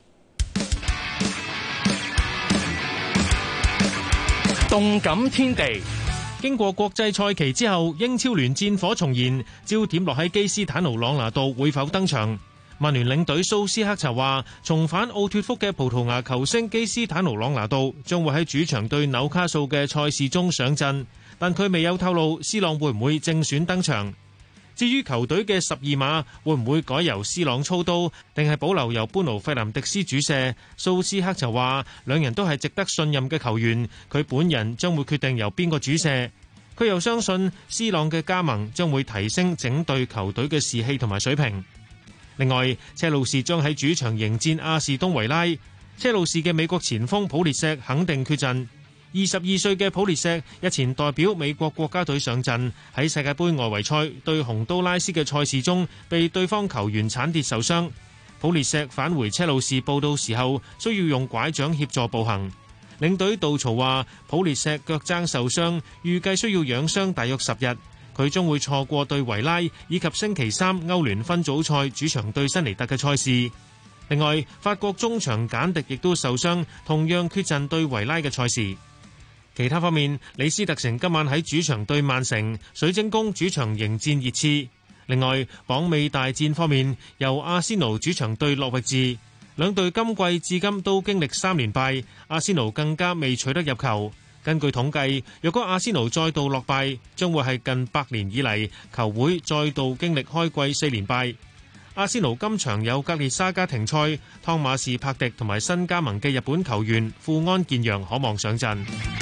動感天地，經過國際賽期之後，英超聯戰火重燃，焦點落喺基斯坦奴朗拿度會否登場。曼聯領隊蘇斯克查話，重返奧脫福嘅葡萄牙球星基斯坦奴朗拿度將會喺主場對紐卡素嘅賽事中上陣，但佢未有透露斯朗會唔會正選登場。至於球隊嘅12碼會唔會改由斯朗操刀，定係保留由般奴費南迪斯主射？蘇斯克就話兩人都係值得信任嘅球員，佢本人將會決定由邊個主射。佢又相信斯朗嘅加盟將會提升整隊球隊嘅士氣同埋水平。另外，車路士將喺主場迎戰阿士東維拉，車路士嘅美國前鋒普列石肯定缺陣。22歲嘅普列石日前代表美國國家隊上陣，喺世界盃外圍賽對洪都拉斯嘅賽事中被對方球員鏟跌受傷。普列石返回車路士報到時候需要用拐杖協助步行。領隊杜曹話普列石腳踭受傷，預計需要養傷大約10日，佢將會錯過對維拉以及星期3歐聯分組賽主場對辛尼特嘅賽事。另外，法國中場簡迪亦都受傷，同樣缺陣對維拉嘅賽事。其他方面，李斯特城今晚喺主場對曼城，水晶宮主場迎戰熱刺。另外，榜尾大戰方面，由阿仙奴主場對諾域治，兩隊今季至今都經歷3連敗，阿仙奴更加未取得入球。根據統計，若果阿仙奴再度落敗，將會係近100年以嚟球會再度經歷開季4連敗。阿仙奴今場有格列沙加停賽，湯馬士柏迪同埋新加盟嘅日本球員富安健洋可望上陣。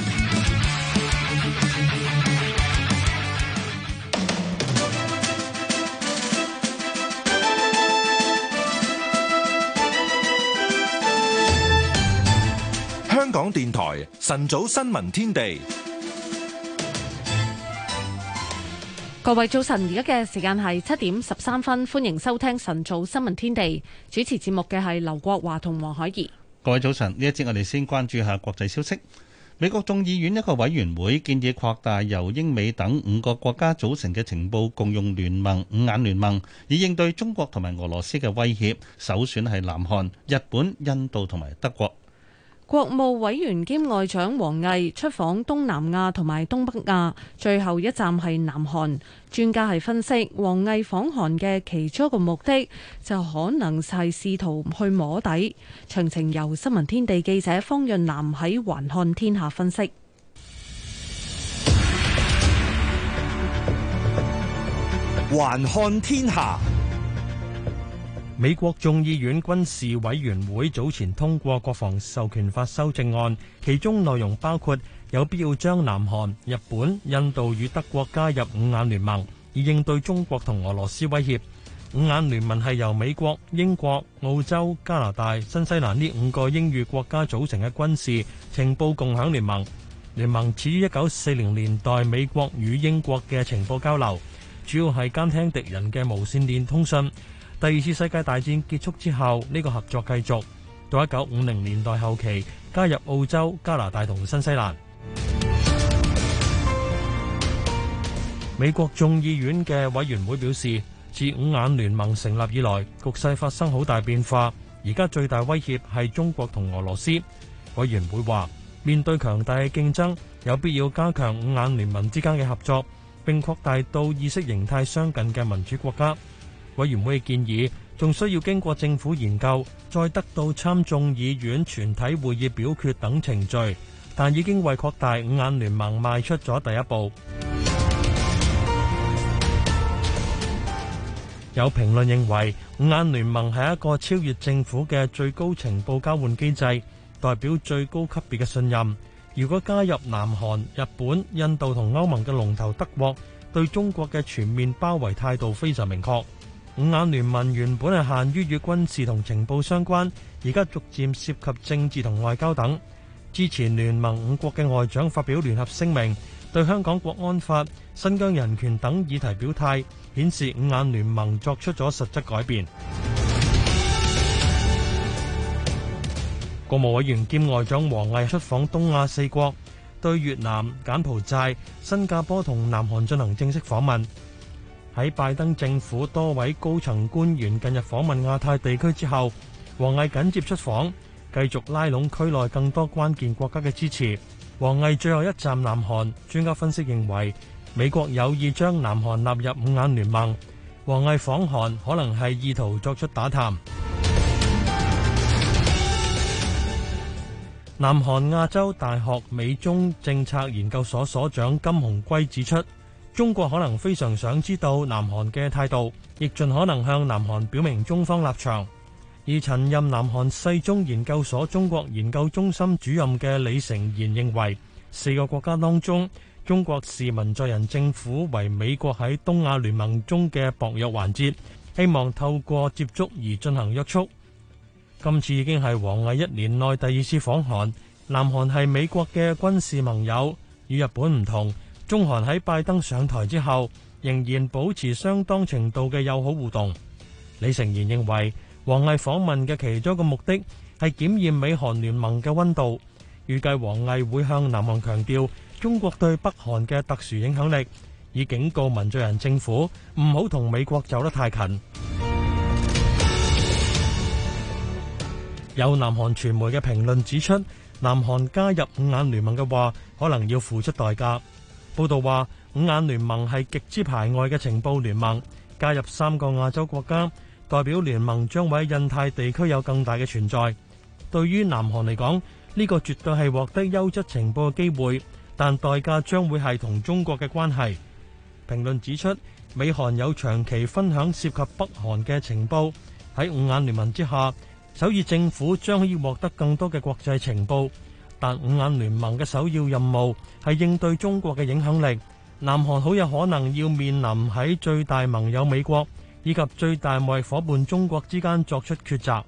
香港電台晨早新聞天地， 各位早晨，而家嘅時間係7點13分，歡迎收聽晨早新聞天地。主持節目嘅係劉國華同黃海怡。 各位早晨，呢一節我哋先關注下國際消息。美國眾議院一個委員會建議擴大由英美等5個國家組成嘅情報共用聯盟5眼聯盟，以應對中國同埋俄羅斯嘅威脅。首選係南韓、日本、印度同埋德國。 國務委員兼外長王毅出訪東南亞同埋東北亞，最後一站係南韓。專家係分析，王毅訪韓嘅其中一個目的就可能係試圖去摸底。詳情由新聞天地記者方潤南喺環看天下分析。 環看天下。 美國眾議院軍事委員會早前通過國防授權法修正案，其中內容包括有必要將南韓、日本、印度與德國加入五眼聯盟，以應對中國同俄羅斯威脅。五眼聯盟係由美國、英國、澳洲、加拿大、新西蘭呢5個英語國家組成嘅軍事情報共享聯盟。聯盟始於1940年代美國與英國嘅情報交流，主要係監聽敵人嘅無線電通訊。第二次世界大戰結束之後，呢個合作繼續到1950年代後期，加入澳洲、加拿大同新西蘭。美國眾議院嘅委員會表示，自五眼聯盟成立以來，局勢發生好大變化，而家最大威脅係中國同俄羅斯。委員會話，面對強大嘅競爭，有必要加強五眼聯盟之間嘅合作，並擴大到意識形態相近嘅民主國家。委員會嘅建議仲需要經過政府研究，再得到參眾議院全體會議表決等程序，但已經為擴大五眼聯盟邁出咗第一步。有評論認為，五眼聯盟係一個超越政府嘅最高情報交換機制，代表最高級別嘅信任。如果加入南韓、日本、印度同歐盟嘅龍頭德國，對中國嘅全面包圍態度非常明確。五眼聯盟原本係限於與軍事同情報相關，而家逐漸涉及政治同外交等。之前聯盟5國嘅外長發表聯合聲明，對香港國安法、新疆人權等議題表態，顯示五眼聯盟作出咗實質改變。國務委員兼外長王毅出訪東亞4國，對越南、柬埔寨、新加坡同南韓進行正式訪問。喺拜登政府多位高層官員近日訪問亞太地區之後，王毅緊接出訪，繼續拉攏區內更多關鍵國家嘅支持。王毅最後一站南韓，專家分析認為，美國有意將南韓納入五眼聯盟，王毅訪韓可能係意圖作出打探。南韓亞洲大學美中政策研究所所長金鴻圭指出，中國可能非常想知道南韓嘅態度，亦盡可能向南韓表明中方立場。而曾任南韓世宗研究所中國研究中心主任嘅李成賢認為，4個國家當中，中國視文在寅政府為美國喺東亞聯盟中嘅薄弱環節，希望透過接觸而進行約束。今次已經係王毅1年內第2次訪韓，南韓係美國嘅軍事盟友，與日本唔同。中韓喺拜登上台之後，仍然保持相當程度嘅友好互動。李成賢認為，王毅訪問嘅其中一個目的係檢驗美韓聯盟嘅溫度。預計王毅會向南韓強調中國對北韓嘅特殊影響力，以警告文在寅政府唔好同美國走得太近。有南韓傳媒嘅評論指出，南韓加入五眼聯盟嘅話，可能要付出代價。報道話，五眼聯盟係極之排外嘅情報聯盟，加入3個亞洲國家，代表聯盟將會喺印太地區有更大嘅存在。對於南韓嚟講，呢個絕對係獲得優質情報嘅機會，但代價將會係同中國嘅關係。評論指出，美韓有長期分享涉及北韓嘅情報，喺五眼聯盟之下，首爾政府將可以獲得更多嘅國際情報。但五眼聯盟嘅首要任務係應對中國嘅影響力，南韓好有可能要面臨喺最大盟友美國以及最大貿易夥伴中國之間作出抉擇。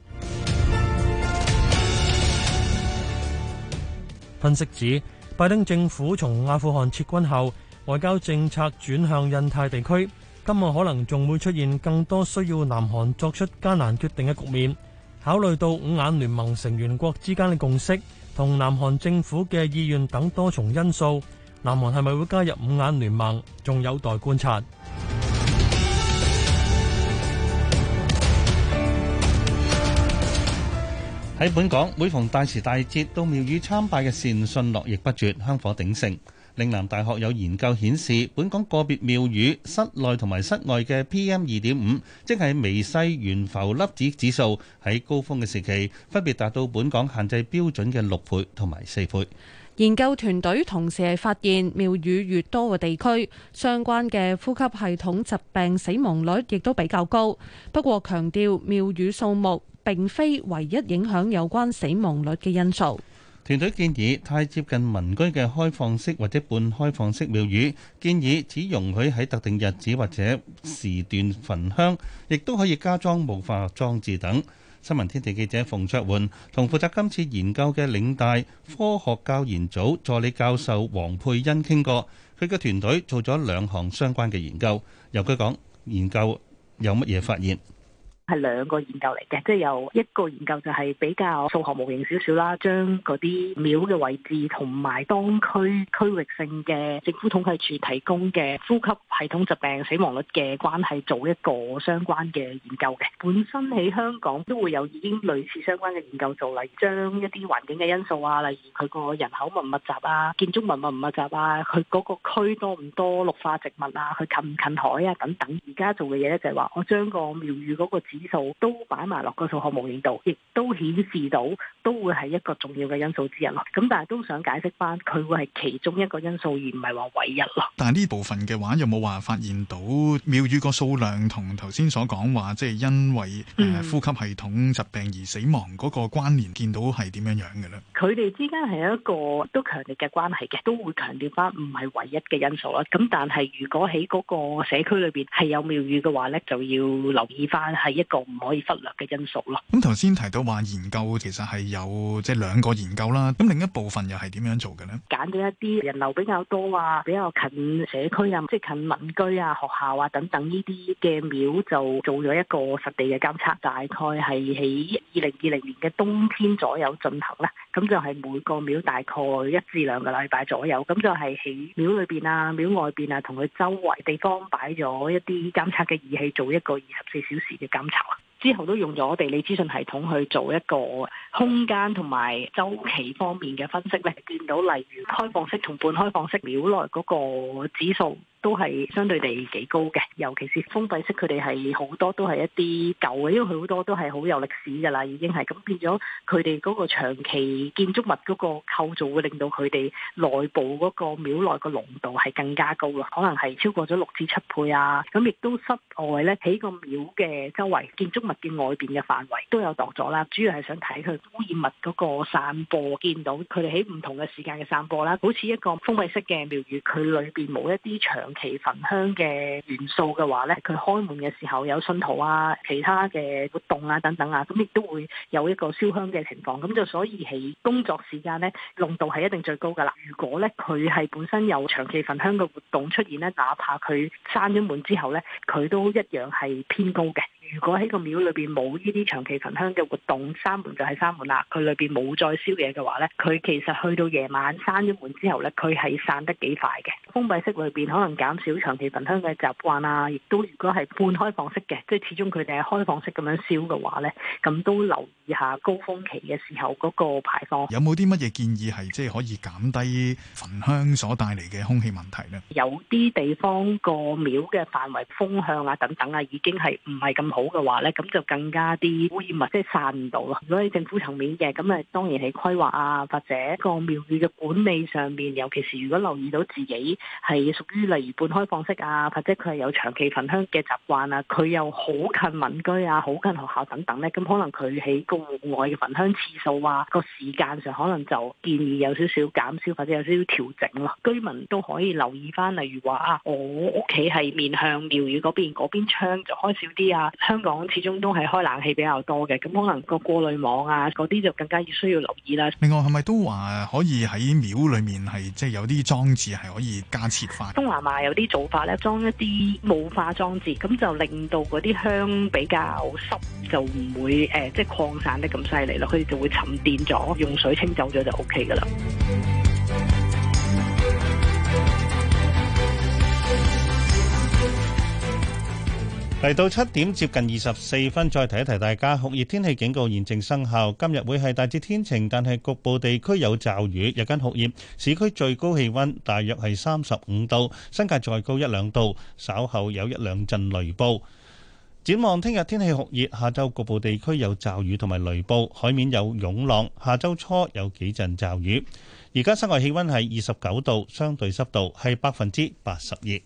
分析指，拜登政府從阿富汗撤軍後，外交政策轉向印太地區，今後可能仲會出現更多需要南韓作出艱難決定嘅局面。考慮到五眼聯盟成員國之間嘅共識同南韓政府嘅意願等多重因素，南韓係咪會加入五眼聯盟，仲有待觀察。 喺本港，每逢大時大節到廟宇參拜嘅善信絡繹不絕，香火鼎盛。嶺南大學有研究顯示，本港個別廟宇室內同埋室外嘅 PM2.5， 即係微細懸浮粒子指數，喺高峰嘅時期分別達到本港限制標準嘅6倍同埋4倍。 研究團隊同時係發現，廟宇越多嘅地區，相關嘅呼吸系統疾病死亡率亦都比較高。不過強調廟宇數目並非唯一影響有關死亡率嘅因素。 團隊建議太接近民居嘅開放式或者半開放式廟宇，建議只容許喺特定日子或者時段焚香，亦都可以加裝霧化裝置等。新聞天地記者馮卓媛同負責今次研究嘅嶺大科學教研組助理教授黃佩欣傾過，佢嘅團隊做咗2項相關嘅研究，由佢講研究有乜嘢發現。 係2個研究嚟嘅，即係有一個研究就係比較數學模型少少啦，將嗰啲廟嘅位置同埋當區域性嘅政府統計處提供嘅呼吸系統疾病死亡率嘅關係做一個相關嘅研究嘅。本身喺香港都會有已經類似相關嘅研究做，例如將一啲環境嘅因素啊，例如佢個人口密唔密集啊，建築物密唔密集啊，佢嗰個區多唔多綠化植物啊，佢近唔近海啊等等。而家做嘅嘢咧就係話，我將個廟宇嗰個指數都擺埋落個數學模型度，亦都顯示到都會係一個重要嘅因素之一咯。咁但係都想解釋翻，佢會係其中一個因素，而唔係話唯一咯。 但係呢部分嘅話，有冇話發現到廟宇個數量同頭先所講話，即係因為呼吸系統疾病而死亡嗰個關聯，見到係點樣樣嘅咧？佢哋之間係一個都強烈嘅關係嘅，都會強調翻唔係唯一嘅因素啦。咁但係如果喺嗰個社區裏邊係有廟宇嘅話咧，就要留意翻係一個唔可以忽略嘅因素咯。咁頭先提到話研究其實係有即係2個研究啦，咁另一部分又係點樣做嘅呢？揀咗一啲人流比較多啊，比較近社區啊，即係近民居啊、學校啊等等呢啲嘅廟，就做咗一個實地嘅監測，大概係喺2020年嘅冬天左右進行啦。咁就係每個廟大概1至2個禮拜左右，咁就係喺廟裏邊啊、廟外邊啊，同佢周圍地方擺咗一啲監測嘅儀器，做一個24小時嘅監測。之後都用咗地理資訊系統去做一個空間同埋周期方面嘅分析咧，見到例如開放式同半開放式廟內嗰個指數都係相對地幾高嘅，尤其是封閉式，佢哋係好多都係一啲舊嘅，因為佢好多都係好有歷史㗎啦，已經係咁變咗佢哋嗰個長期建築物嗰個構造會令到佢哋內部嗰個廟內個濃度係更加高咯，可能係超過咗6至7倍啊！咁亦都室外咧，喺個廟嘅周圍建築物嘅外邊嘅範圍都有度咗啦，主要係想睇佢污染物嗰個散播，見到佢哋喺唔同嘅時間嘅散播啦，好似一個封閉式嘅廟宇，佢裏邊冇一啲長期焚香嘅元素嘅話咧，佢開門嘅時候有信徒啊、其他嘅活動啊等等啊，咁亦都會有一個燒香嘅情況，咁就所以喺工作時間咧，濃度係一定最高噶啦。如果咧佢係本身有長期焚香嘅活動出現咧，哪怕佢閂咗門之後咧，佢都一樣係偏高嘅。如果喺個廟裏邊冇呢啲長期焚香嘅活動，閂門就係閂門啦。佢裏邊冇再燒嘢嘅話咧，佢其實去到夜晚閂咗門之後咧，佢係散得幾快嘅。封閉式裏邊可能減少長期焚香嘅習慣啊，亦都如果係半開放式嘅，即係始終佢哋係開放式咁樣燒嘅話咧，咁都留意下高峰期嘅時候嗰個排放。有冇啲乜嘢建議係即係可以減低焚香所帶嚟嘅空氣問題呢？有啲地方個廟嘅範圍風向啊等等啊，已經係唔係咁好嘅話咧，咁就更加啲污染物即係散唔到咯。如果喺政府層面嘅，咁啊當然係規劃啊，或者個廟宇嘅管理上面，尤其是如果留意到自己係屬於例如半開放式啊，或者佢係有長期焚香嘅習慣啊，佢又好近民居啊、好近學校等等咧，咁可能佢喺個戶外嘅焚香次數啊、個時間上可能就建議有少少減少或者有少少調整咯。居民都可以留意翻，例如話啊，我屋企係面向廟宇嗰邊窗就開少啲啊。香港始終都係開冷氣比較多嘅，咁可能個過濾網啊嗰啲就更加要需要留意啦。另外係咪都話可以喺廟裏面係即係有啲裝置係可以加設翻？東南亞有啲做法咧，裝一啲霧化裝置，咁就令到嗰啲香比較濕，就唔會即係擴散得咁犀利咯。佢哋就會沉澱咗，用水清走咗就 OK 噶啦。 嚟到7點接近24分，再提一提大家，酷熱天氣警告現正生效。今日會係大致天晴，但係局部地區有驟雨，日間酷熱，市區最高氣溫大約係35度，新界再高1-2度，稍後有1-2陣雷暴。展望聽日天氣酷熱，下晝局部地區有驟雨同埋雷暴，海面有湧浪，下週初有幾陣驟雨。 而家室外氣溫係29度，相對濕度係82%。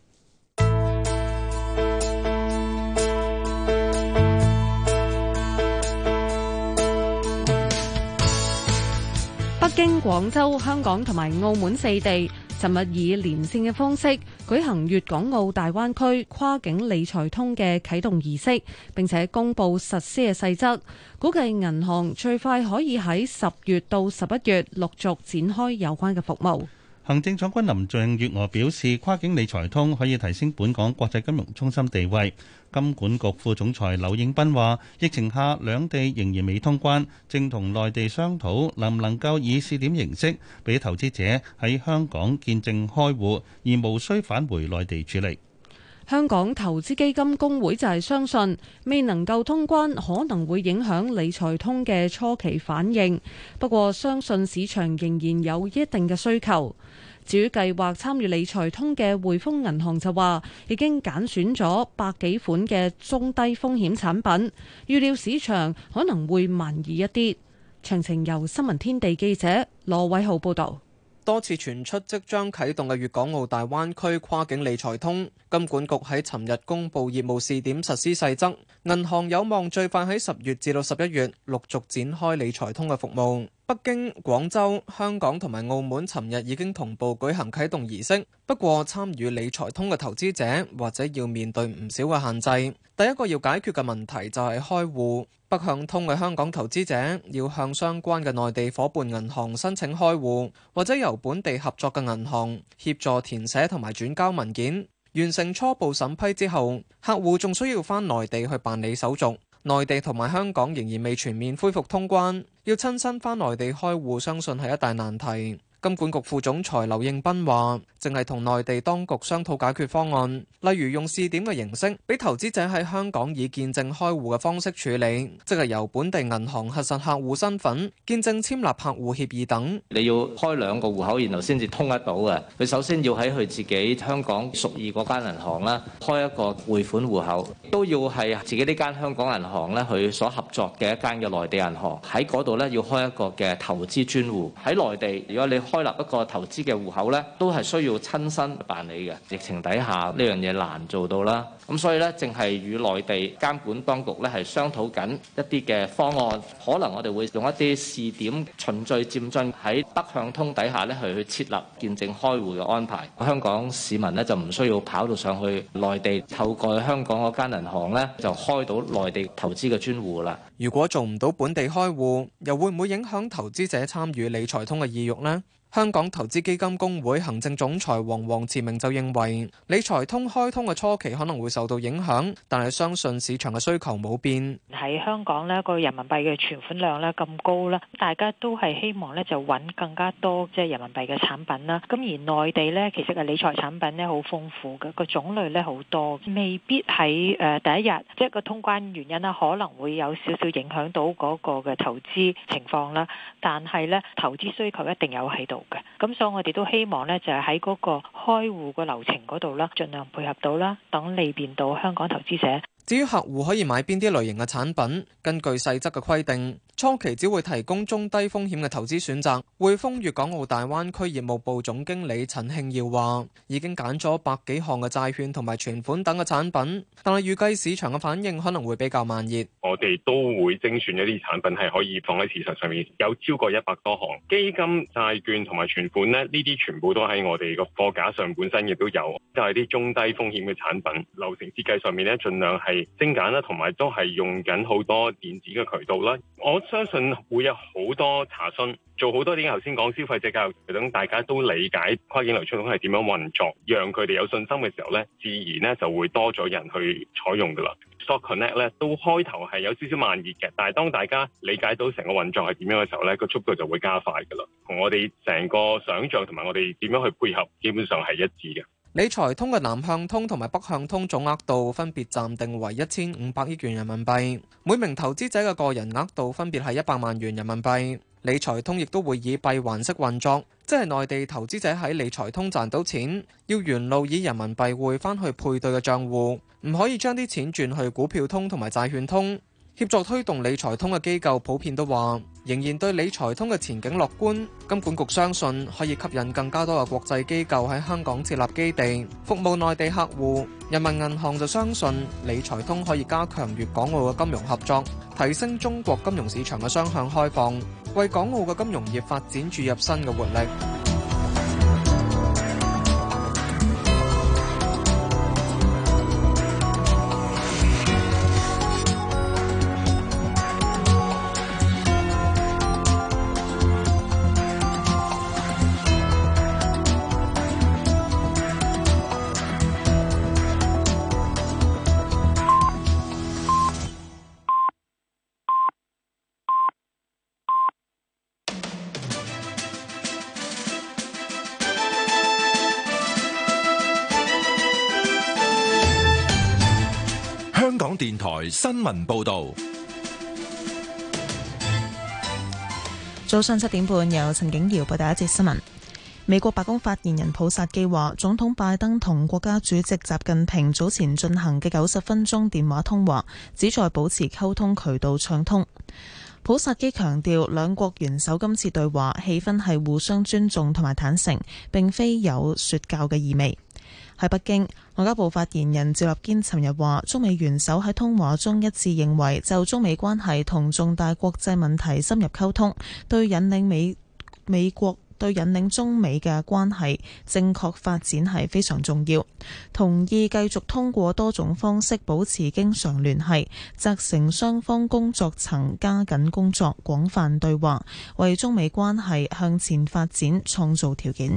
北京、廣州、香港同埋澳門四地尋日以連線嘅方式舉行粵港澳大灣區跨境理財通嘅啟動儀式，並且公布實施嘅細則。估計銀行最快可以喺10月到11月陸續展開有關嘅服務。 行政長官林鄭月娥表示，跨境理財通可以提升本港國際金融中心地位。金管局副總裁劉應彬話，疫情下兩地仍然未通關，正同內地商討能唔能夠以試點形式俾投資者喺香港見證開戶，而無需返回內地處理。 香港投資基金公會就係相信未能夠通關可能會影響理財通嘅初期反應，不過相信市場仍然有一定嘅需求。至於計劃參與理財通嘅匯豐銀行就話，已經揀選咗百幾款嘅中低風險產品，預料市場可能會慢熱一啲。詳情由新聞天地記者羅偉浩報導。 多次傳出即將啟動嘅粵港澳大灣區跨境理財通，金管局喺尋日公布業務試點實施細則，銀行有望最快喺10月至到11月陸續展開理財通嘅服務。北京、廣州、香港同埋澳門尋日已經同步舉行啟動儀式，不過參與理財通嘅投資者或者要面對唔少嘅限制。第一個要解決嘅問題就係開戶。北向通嘅香港投資者要向相關嘅內地夥伴銀行申請開戶，或者由本地合作嘅銀行協助填寫同埋轉交文件。完成初步審批之後，客戶仲需要返內地去辦理手續。內地同埋香港仍然未全面恢復通關，要親身返內地開戶，相信係一大難題。金管局副總裁劉應彬話，正係同內地當局商討解決方案，例如用試點嘅形式，俾投資者喺香港以見證開戶嘅方式處理，即係由本地銀行核實客戶身份、見證簽立客戶協議等。 你要開2個戶口，然後先至通得到嘅。佢首先要喺佢自己香港屬意嗰間銀行啦，開一個匯款戶口，都要係自己呢間香港銀行咧，佢所合作嘅一間嘅內地銀行喺嗰度咧，要開一個嘅投資專戶。喺內地，如果你開立一個投資嘅戶口咧，都係需要親身辦理嘅。疫情底下呢樣嘢難做到啦，咁所以咧，正係與內地監管當局咧係商討緊一啲嘅方案，可能我哋會用一啲試點循序漸進喺北向通底下咧去設立見證開戶嘅安排。香港市民咧就唔需要跑到上去內地，透過香港嗰間銀行咧就開到內地投資嘅專戶啦。 如果做唔到本地開戶，又會唔會影響投資者參與理財通嘅意欲呢？香港投資基金公會行政總裁黃慈明就認為，理財通開通嘅初期可能會受到影響，但係相信市場嘅需求冇變。 喺香港呢個人民幣嘅存款量呢咁高啦，大家都係希望呢就揾更加多即係人民幣嘅產品啦。咁而內地呢，其實嘅理財產品呢好豐富嘅，個種類呢好多，未必喺第一日即係個通關原因啦，可能會有少少影響到嗰個嘅投資情況啦。但係呢，投資需求一定有喺度。咁所以我哋都希望呢，就係喺嗰個開戶個流程嗰度啦，盡量配合到啦，等利便到香港投資者。 至於客戶可以買邊啲類型嘅產品，根據細則嘅規定，初期只會提供中低風險嘅投資選擇。匯豐粵港澳大灣區業務部總經理陳慶耀話，已經揀咗百幾項嘅債券同埋存款等嘅產品，但係預計市場嘅反應可能會比較慢熱。 我哋都會精選一啲產品係可以放喺市場上面，有超過100多項基金、債券同埋存款呢，呢啲全部都喺我哋個貨架上本身亦都有，就係啲中低風險嘅產品。流程設計上面呢，盡量係精簡啦，同埋都係用緊好多電子嘅渠道啦。我相信會有好多查詢，做好多啲頭先講消費者教育，等大家都理解跨境理財通係點樣運作，讓佢哋有信心嘅時候呢，自然呢就會多咗人去採用噶啦。Stock Connect 咧都開頭係有少少慢熱嘅，但係當大家理解到成個運作係點樣嘅時候呢，個速度就會加快噶啦。同我哋成個想像同埋我哋點樣去配合，基本上係一致嘅。 理財通嘅南向通同埋北向通總額度分別暫定為1500億元人民幣，每名投資者嘅個人額度分別係100萬元人民幣。理財通亦都會以閉環式運作，即係內地投資者喺理財通賺到錢，要原路以人民幣匯翻去配對嘅帳戶，唔可以將啲錢轉去股票通同埋債券通。 協助推動理財通嘅機構普遍都話，仍然對理財通嘅前景樂觀。金管局相信可以吸引更加多嘅國際機構喺香港設立基地，服務內地客戶。人民銀行就相信理財通可以加強粵港澳嘅金融合作，提升中國金融市場嘅雙向開放，為港澳嘅金融業發展注入新嘅活力。 香港電台新聞報道， 早上7點半由陳景瑤報第一節新聞。美國白宮發言人普薩基話，總統拜登同國家主席習近平早前進行嘅90分鐘電話通話，旨在保持溝通渠道暢通。普薩基強調，兩國元首今次對話氣氛係互相尊重同埋坦誠，並非有說教嘅意味。喺北京，外交部發言人趙立堅尋日話，中美元首喺通話中一致認為，就中美關係同重大國際問題深入溝通，對引領中美嘅關係正確發展係非常重要，同意繼續通過多種方式保持經常聯繫，責成雙方工作層加緊工作，廣泛對話，為中美關係向前發展創造條件。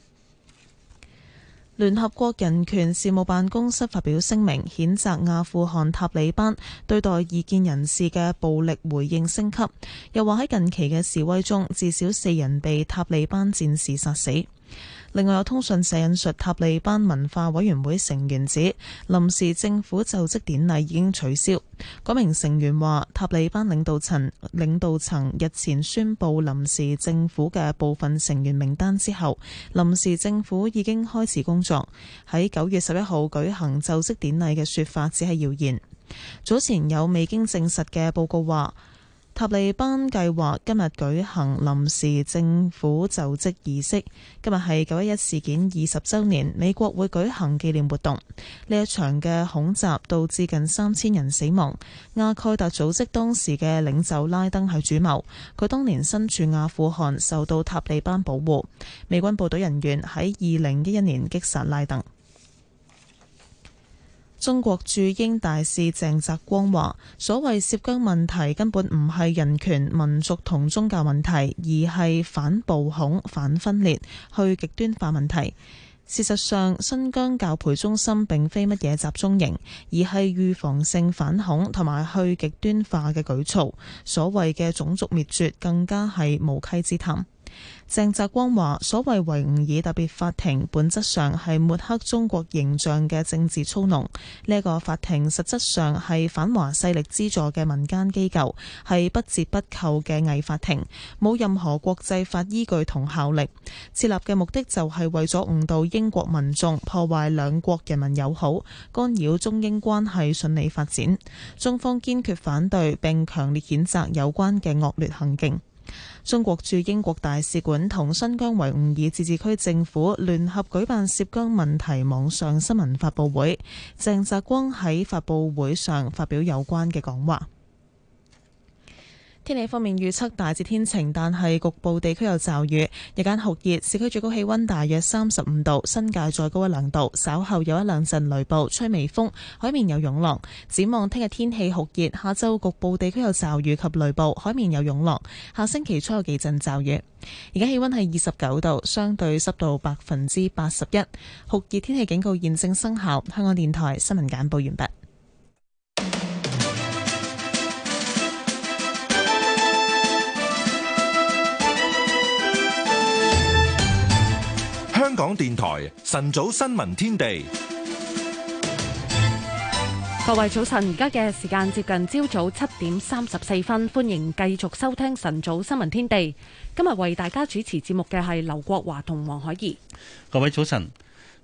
聯合國人權事務辦公室發表聲明，譴責阿富汗塔利班對待異見人士嘅暴力回應升級，又話喺近期嘅示威中，至少4人被塔利班戰士殺死。另外有通訊社引述塔利班文化委員會成員指，臨時政府就職典禮已經取消。嗰名成員話，塔利班領導層日前宣布臨時政府嘅部分成員名單之後，臨時政府已經開始工作。喺9月11號舉行就職典禮嘅說法只係謠言。早前有未經證實嘅報告話，塔利班計劃今日舉行臨時政府就職儀式。今日係911事件20週年，美國會舉行紀念活動。呢一場嘅恐襲導致近3000人死亡。阿蓋達組織當時嘅領袖拉登係主謀，佢當年身處阿富汗，受到塔利班保護。美軍部隊人員喺2011年擊殺拉登。中國駐英大使鄭澤光話，所謂涉疆問題根本唔係人權、民族同宗教問題，而係反暴恐、反分裂、去極端化問題。事實上，新疆教培中心並非乜嘢集中營，而係預防性反恐同埋去極端化嘅舉措。所謂嘅種族滅絕更加係無稽之談。鄭澤光話，所謂維吾爾特別法庭本質上係抹黑中國形象嘅政治操弄。呢個法庭實質上係反華勢力資助嘅民間機構，係不折不扣嘅偽法庭，冇任何國際法依據同效力。設立嘅目的就係為咗誤導英國民眾，破壞兩國人民友好，干擾中英關係順利發展。中方堅決反對並強烈譴責有關嘅惡劣行徑。中國駐英國大使館同新疆維吾爾自治區政府聯合舉辦涉疆問題網上新聞發佈會，鄭澤光喺發佈會上發表有關嘅講話。天氣方面預測大致天晴，但係局部地區有驟雨。日間酷熱，市區最高氣溫大約35度，新界再高1-2度。稍後有1-2陣雷暴，吹微風，海面有湧浪。展望聽日天氣酷熱，下週局部地區有驟雨及雷暴，海面有湧浪。下星期初有幾陣驟雨。而家氣溫係29度，相對濕度81%。酷熱天氣警告現正生效。香港電台新聞簡報完畢。 香港電台晨早新聞天地， 各位早晨，而家嘅時間接近朝早7點34分，歡迎繼續收聽晨早新聞天地。今日為大家主持節目嘅係劉國華同黃海怡。 各位早晨。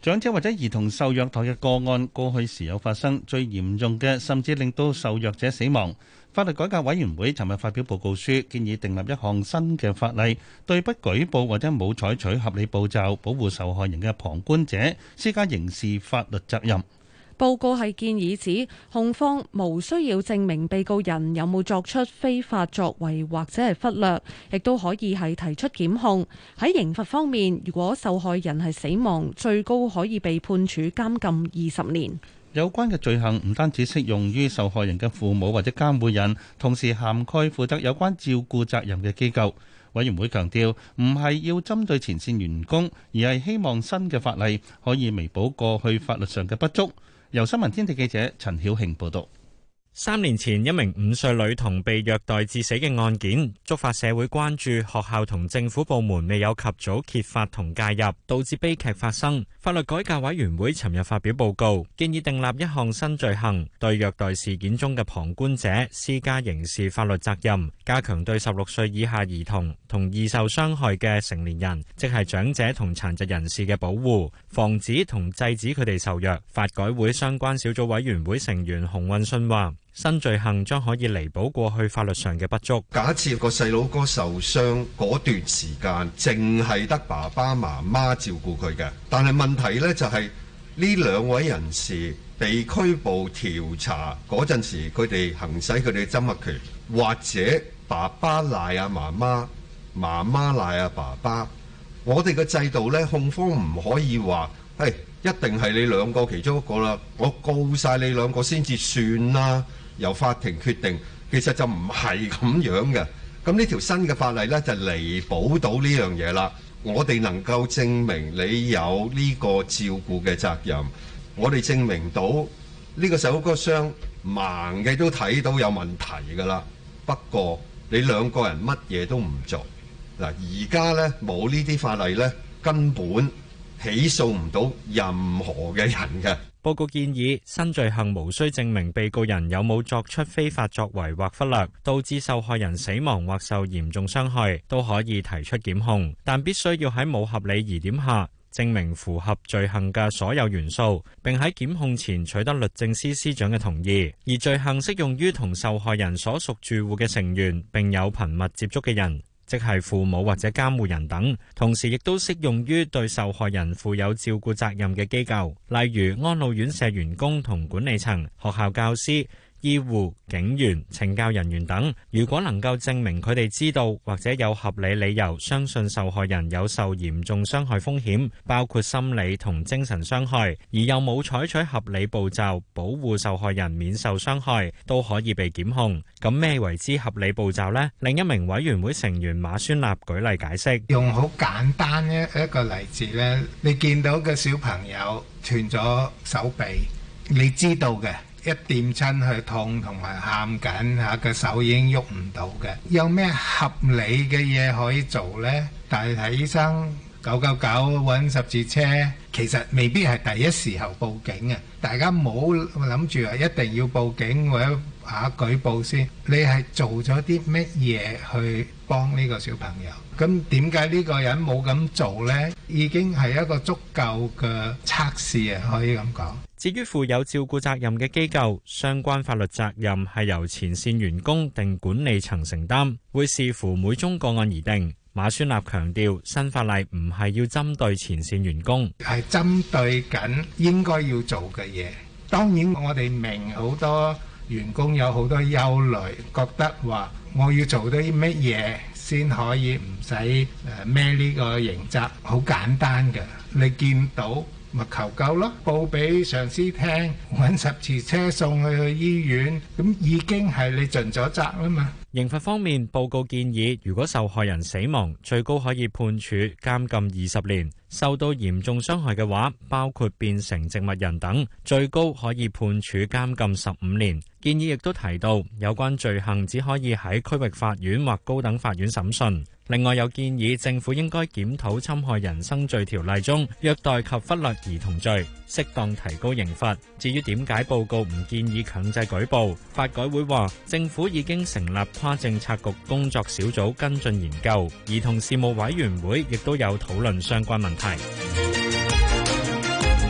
長者或者兒童受虐待嘅個案過去時有發生，最嚴重嘅甚至令到受虐者死亡。法律改革委員會尋日發表報告書，建議訂立一項新嘅法例，對不舉報或者冇採取合理步驟保護受害人嘅旁觀者施加刑事法律責任。 報告係建議指控方無需要證明被告人有冇作出非法作為或者係忽略，亦都可以係提出檢控。喺刑罰方面，如果受害人係死亡，最高可以被判處監禁20年。 有關嘅罪行唔單止適用於受害人嘅父母或者監護人，同時涵蓋負責有關照顧責任嘅機構。委員會強調，唔係要針對前線員工，而係希望新嘅法例可以彌補過去法律上嘅不足。由新聞天地記者陳曉慶報道。 3年前，一名5歲女童被虐待致死嘅案件，觸發社會關注，學校同政府部門未有及早揭發同介入，導致悲劇發生。法律改革委員會尋日發表報告，建議訂立一項新罪行，對虐待事件中嘅旁觀者施加刑事法律責任，加強對16歲以下兒童同易受傷害嘅成年人，即係長者同殘疾人士嘅保護，防止同制止佢哋受虐。法改會相關小組委員會成員洪運信話，新罪行將可以彌補過去法律上嘅不足。 假設個細佬哥受傷嗰段時間，淨係得爸爸媽媽照顧佢嘅，但係問題呢就係呢兩位人士被拘捕調查嗰陣時，佢哋行使佢哋嘅緘默權，或者爸爸賴阿媽媽，媽媽賴阿爸爸，我哋嘅制度呢，控方唔可以話係一定係你兩個其中一個啦，我告晒你兩個先至算啦。由法庭決定，其實就唔係咁樣嘅。咁呢條新嘅法例呢，就彌補到呢樣嘢啦。我哋能夠證明你有呢個照顧嘅責任，我哋證明到呢個手骨傷盲嘅都睇到有問題㗎啦。不過你兩個人乜嘢都唔做嗱，而家呢，冇呢啲法例呢，根本起訴唔到任何嘅人嘅。 報告建議新罪行無需證明被告人有冇作出非法作為或忽略，導致受害人死亡或受嚴重傷害，都可以提出檢控，但必須要喺冇合理疑點下證明符合罪行嘅所有元素，並喺檢控前取得律政司司長嘅同意。而罪行適用於同受害人所屬住戶嘅成員並有頻密接觸嘅人，即係父母或者監護人等，同時亦都適用於對受害人負有照顧責任嘅機構，例如安老院舍員工同管理層、學校教師、醫護、警員、懲教人員等。如果能夠證明佢哋知道或者有合理理由相信受害人有受嚴重傷害風險，包括心理同精神傷害，而又冇採取合理步驟保護受害人免受傷害，都可以被檢控。咁咩為之合理步驟呢？另一名委員會成員馬宣立舉例解釋， 用好簡單一個例子咧，你見到個小朋友斷咗手臂，你知道嘅。一掂親佢痛同埋喊緊嚇，個手已經喐唔到嘅，有咩合理嘅嘢可以做呢？但係睇醫生999揾十字車，其實未必係第一時候報警嘅。大家唔好諗住話一定要報警或者舉報先。你係做咗啲乜嘢去幫呢個小朋友？咁點解呢個人冇咁做呢？已經係一個足夠嘅測試啊，可以咁講。 至於負有照顧責任嘅機構，相關法律責任係由前線員工定管理層承擔，會視乎每宗個案而定。馬宣立強調，新法例唔係要針對前線員工， 係針對緊應該要做嘅嘢。當然我哋明好多員工有好多憂慮，覺得話我要做到啲乜嘢先可以唔使孭呢個刑責，好簡單嘅，你見到咪求救咯，報俾上司聽，揾十字車送佢去醫院，咁已經係你盡咗責啦嘛。 刑罰方面，報告建議，如果受害人死亡，最高可以判處監禁20年；受到嚴重傷害嘅話，包括變成植物人等，最高可以判處監禁15年。建議亦都提到，有關罪行只可以喺區域法院或高等法院審訊。另外有建議，政府應該檢討侵害人身罪條例中虐待及忽略兒童罪，適當提高刑罰。至於點解報告唔建議強制舉報，法改會話政府已經成立跨政策局工作小組跟進研究，兒童事務委員會亦都有討論相關問題。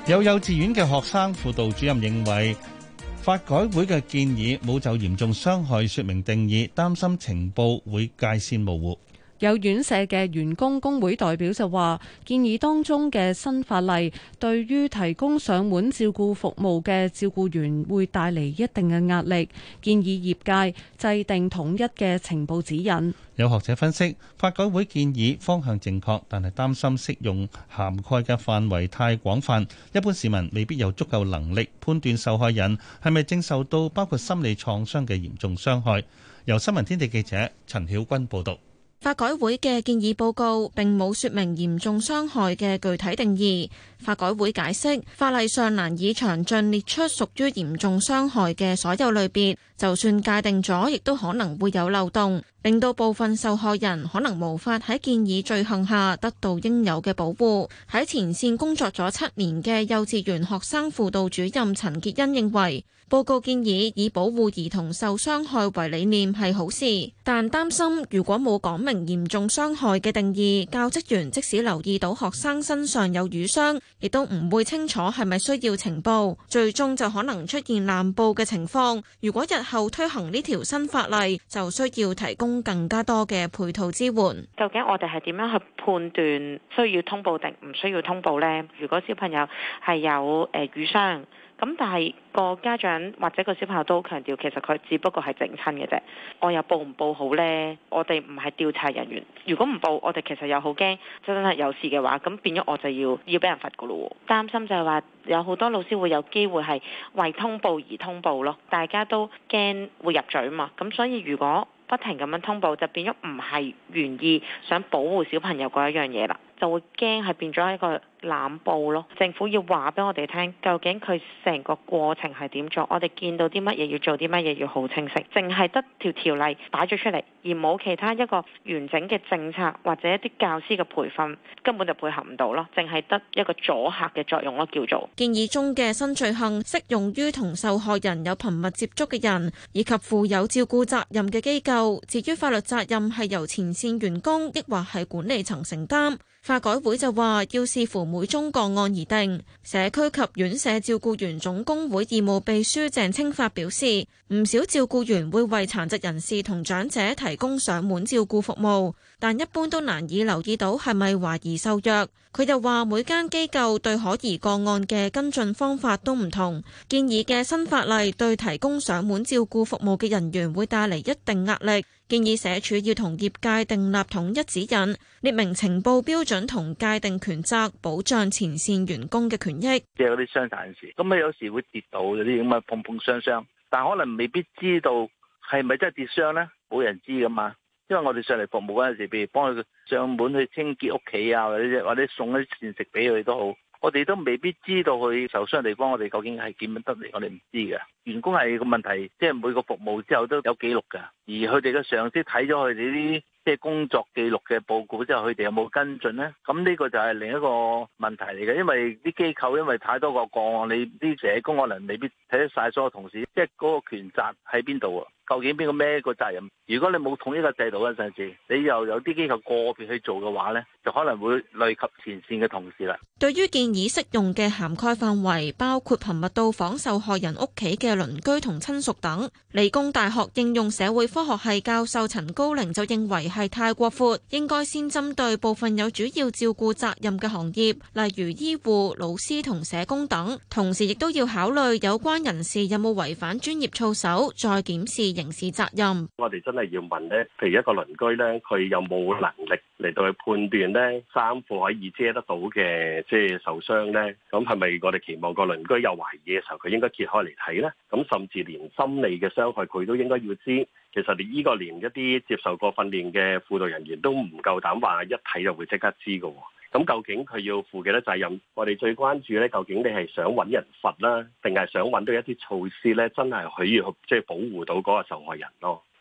有幼稚園嘅學生輔導主任認為，法改會嘅建議冇就嚴重傷害說明定義，擔心情報會界線模糊。 有院舍嘅員工工會代表就話，建議當中嘅新法例對於提供上門照顧服務嘅照顧員會帶嚟一定嘅壓力，建議業界制定統一嘅情報指引。 有學者分析，法改會建議方向正確，但係擔心適用涵蓋嘅範圍太廣泛，一般市民未必有足夠能力判斷受害人係咪正受到包括心理創傷嘅嚴重傷害。由新聞天地記者陳曉君報導。 法改會嘅建議報告並冇說明嚴重傷害嘅具體定義。法改會解釋，法例上難以詳盡列出屬於嚴重傷害嘅所有類別，就算界定咗，亦都可能會有漏洞，令到部分受害人可能無法喺建議罪行下得到應有嘅保護。喺前線工作咗7年嘅幼稚園學生輔導主任陳潔欣認為，報告建議以保護兒童受傷害為理念係好事，但擔心如果冇講明嚴重傷害嘅定義，教職員即使留意到學生身上有瘀傷，亦都唔會清楚係咪需要呈報，最終就可能出現濫報嘅情況。如果日後推行呢條新法例，就需要提供更加多嘅配套支援。 究竟我哋係點樣去判斷需要通報定唔需要通報呢？如果小朋友係有瘀傷，咁但係個家長或者個小朋友都強調，其實佢只不過係整親嘅啫。我又報唔報好呢？我哋唔係調查人員，如果唔報，我哋其實又好驚真係有事嘅話，咁變咗我就要俾人罰噶咯。擔心就係話有好多老師會有機會係為通報而通報咯，大家都驚會入罪嘛。咁所以如果不停咁樣通報，就變咗唔係原意想保護小朋友嗰一樣嘢啦，就會驚係變咗一個濫報咯。政府要話俾我哋聽，究竟佢成個過程係點做，我哋見到啲乜嘢要做啲乜嘢要好清晰。淨係得條例擺咗出嚟，而冇其他一個完整嘅政策或者一啲教師嘅培訓，根本就配合唔到咯。淨係得一個阻嚇嘅作用咯，叫做。 建議中嘅新罪行適用於同受害人有頻密接觸嘅人，以及負有照顧責任嘅機構。至於法律責任係由前線員工抑或係管理層承擔，法改會就話要視乎每宗個案而定。社區及院舍照顧員總工會義務秘書鄭清發表示，唔少照顧員會為殘疾人士同長者提供上門照顧服務，但一般都難以留意到係咪懷疑受虐。佢又話每間機構對可疑個案嘅跟進方法都唔同，建議嘅新法例對提供上門照顧服務嘅人員會帶嚟一定壓力。建議社署要同業界訂立統一指引，列明情報標準同界定權責，保障前線員工嘅權益。 即係嗰啲傷殘人士，咁有時會跌倒，有啲咁嘅碰碰傷傷，但可能未必知道係咪真係跌傷呢？冇人知噶嘛。因為我哋上嚟服務嗰陣時，譬如幫佢上門去清潔屋企啊，或者送啲膳食俾佢都好，我哋都未必知道佢受傷嘅地方，我哋究竟係點樣得嚟，我哋唔知嘅。員工係個問題，即係每個服務之後都有記錄㗎，而佢哋嘅上司睇咗佢哋啲即係工作記錄嘅報告之後，佢哋有冇跟進呢？咁呢個就係另一個問題嚟嘅，因為啲機構因為太多個案，你啲社工可能未必睇得晒所有同事，即係嗰個權責喺邊度啊？究竟邊個孭個責任？如果你冇統一個制度嗰陣時，你又有啲機構個別去做嘅話呢，就可能會累及前線嘅同事啦。 對於建議適用嘅涵蓋範圍，包括頻密到訪受害人屋企嘅鄰居同親屬等，理工大學應用社會科學系教授陳高齡就認為係太過闊，應該先針對部分有主要照顧責任嘅行業，例如醫護、老師同社工等，同時亦都要考慮有關人士有冇違反專業操守，再檢視刑事責任。 我哋真係要問呢，譬如一個鄰居呢，佢有冇能力嚟到去判斷呢衫褲可以遮得到嘅，即係受傷呢？咁係咪我哋期望個鄰居有懷疑嘅時候，佢應該揭開嚟睇呢？咁甚至連心理嘅傷害，佢都應該要知。其實你呢個連一啲接受過訓練嘅輔導人員都唔夠膽話一睇就會即刻知㗎。咁究竟佢要負幾多責任？我哋最關注咧，究竟你係想揾人罰啦，定係想揾到一啲措施咧，真係可以即係保護到嗰個受害人咯？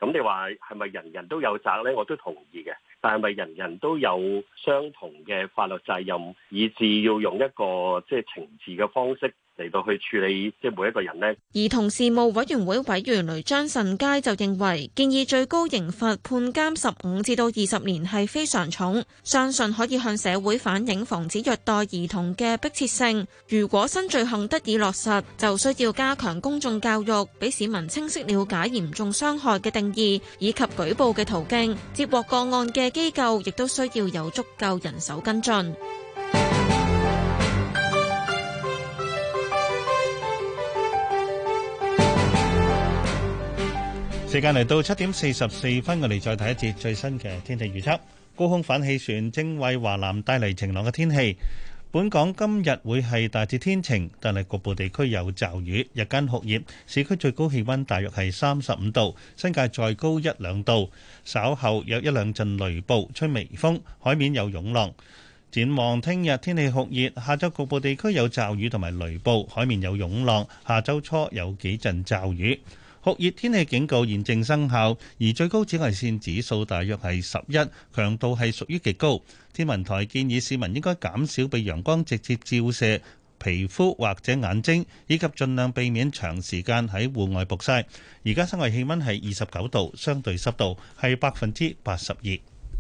咁你話係咪人人都有責呢？我都同意嘅。但係咪人人都有相同嘅法律責任，以致要用一個即係懲治嘅方式嚟到去處理即係每一個人呢？ 兒童事務委員會委員雷張慎佳就認為，建議最高刑罰判監15至到20年係非常重，相信可以向社會反映防止虐待兒童嘅迫切性。如果新罪行得以落實，就需要加強公眾教育，俾市民清晰了解嚴重傷害嘅定義以及舉報嘅途徑。接獲個案嘅機構亦都需要有足夠人手跟進。 時間嚟到7點44分，我哋再睇一節最新嘅天氣預測。高空反氣旋正為華南帶嚟晴朗嘅天氣。本港今日會係大致天晴，但係局部地區有驟雨，日間酷熱，市區最高氣溫大約係35度，新界再高1-2度。稍後有1-2陣雷暴，吹微風，海面有湧浪。展望聽日天氣酷熱，下晝局部地區有驟雨同埋雷暴，海面有湧浪。下週初有幾陣驟雨。酷熱天氣警告現正生效，而最高紫外線指數大約係11，強度係屬於極高。天文台建議市民應該減少被陽光直接照射皮膚或者眼睛，以及盡量避免長時間喺戶外曝曬。而家室外氣溫係29度，相對濕度係82%。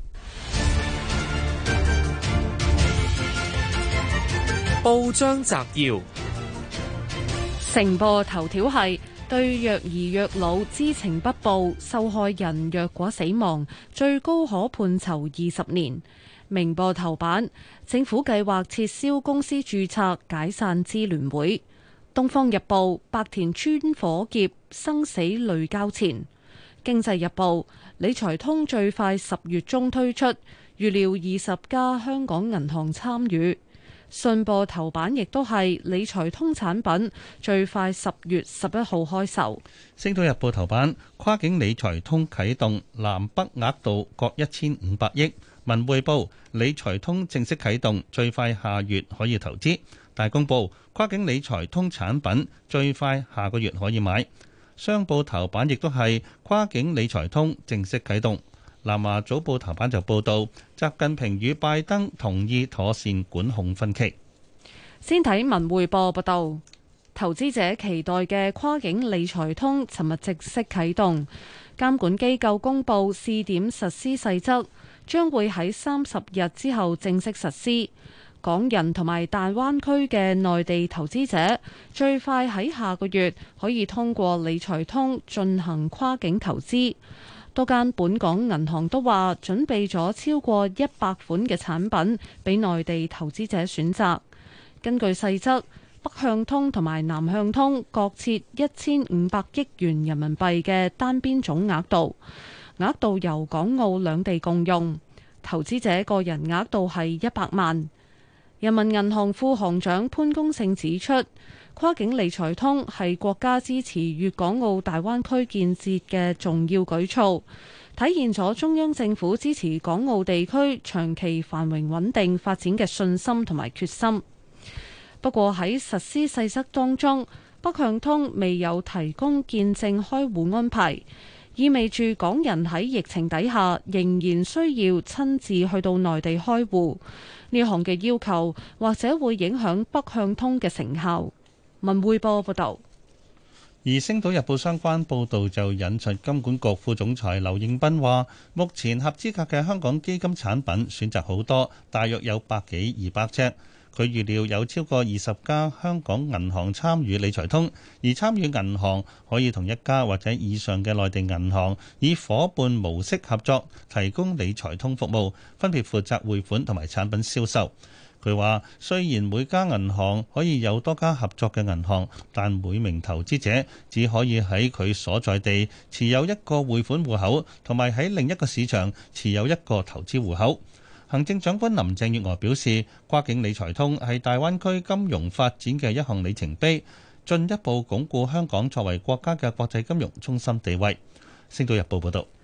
報章摘要： 成報頭條係對虐兒虐老知情不報，受害人若果死亡，最高可判囚20年。明報頭版，政府計劃撤銷公司註冊，解散支聯會。東方日報，白田村火劫，生死淚交前。經濟日報，理財通最快10月中推出，預料20家香港銀行參與。信報頭版亦都係理財通產品最快10月11號開售。 星島日報頭版，跨境理財通啟動，南北額度各1500億。文匯報，理財通正式啟動，最快下月可以投資。大公報，跨境理財通產品最快下個月可以買。商報頭版亦都係跨境理財通正式啟動。南華早報頭版就報道，習近平與拜登同意妥善管控分歧。 先睇文匯報報道，投資者期待嘅跨境理財通尋日正式啟動，監管機構公佈試點實施細則，將會喺30日之後正式實施。港人同埋大灣區嘅內地投資者最快喺下個月可以通過理財通進行跨境投資。多間本港銀行都話準備咗超過100款嘅產品俾內地投資者選擇。根據細則，北向通同埋南向通各設1500億元人民幣嘅單邊總額度，額度由港澳兩地共用。投資者個人額度係100萬。人民銀行副行長潘功勝指出，跨境理財通係國家支持粵港澳大灣區建設嘅重要舉措，體現咗中央政府支持港澳地區長期繁榮穩定發展嘅信心同埋決心。不過喺實施細則當中，北向通未有提供見證開戶安排，意味住港人喺疫情底下仍然需要親自去到內地開戶。呢項嘅要求或者會影響北向通嘅成效。文匯報報道。 而《星島日報》相關報導就引述金管局副總裁劉應彬話，目前合資格嘅香港基金產品選擇好多，大約有100幾200隻。佢預料有超過20家香港銀行參與理財通，而參與銀行可以同1家或者以上嘅內地銀行以夥伴模式合作，提供理財通服務，分別負責匯款同埋產品銷售。佢話：雖然每家銀行可以有多家合作嘅銀行，但每名投資者只可以喺佢所在地持有一個匯款戶口，同埋喺另一個市場持有一個投資戶口。行政長官林鄭月娥表示，跨境理財通係大灣區金融發展嘅一項里程碑，進一步鞏固香港作為國家嘅國際金融中心地位。星島日報報道。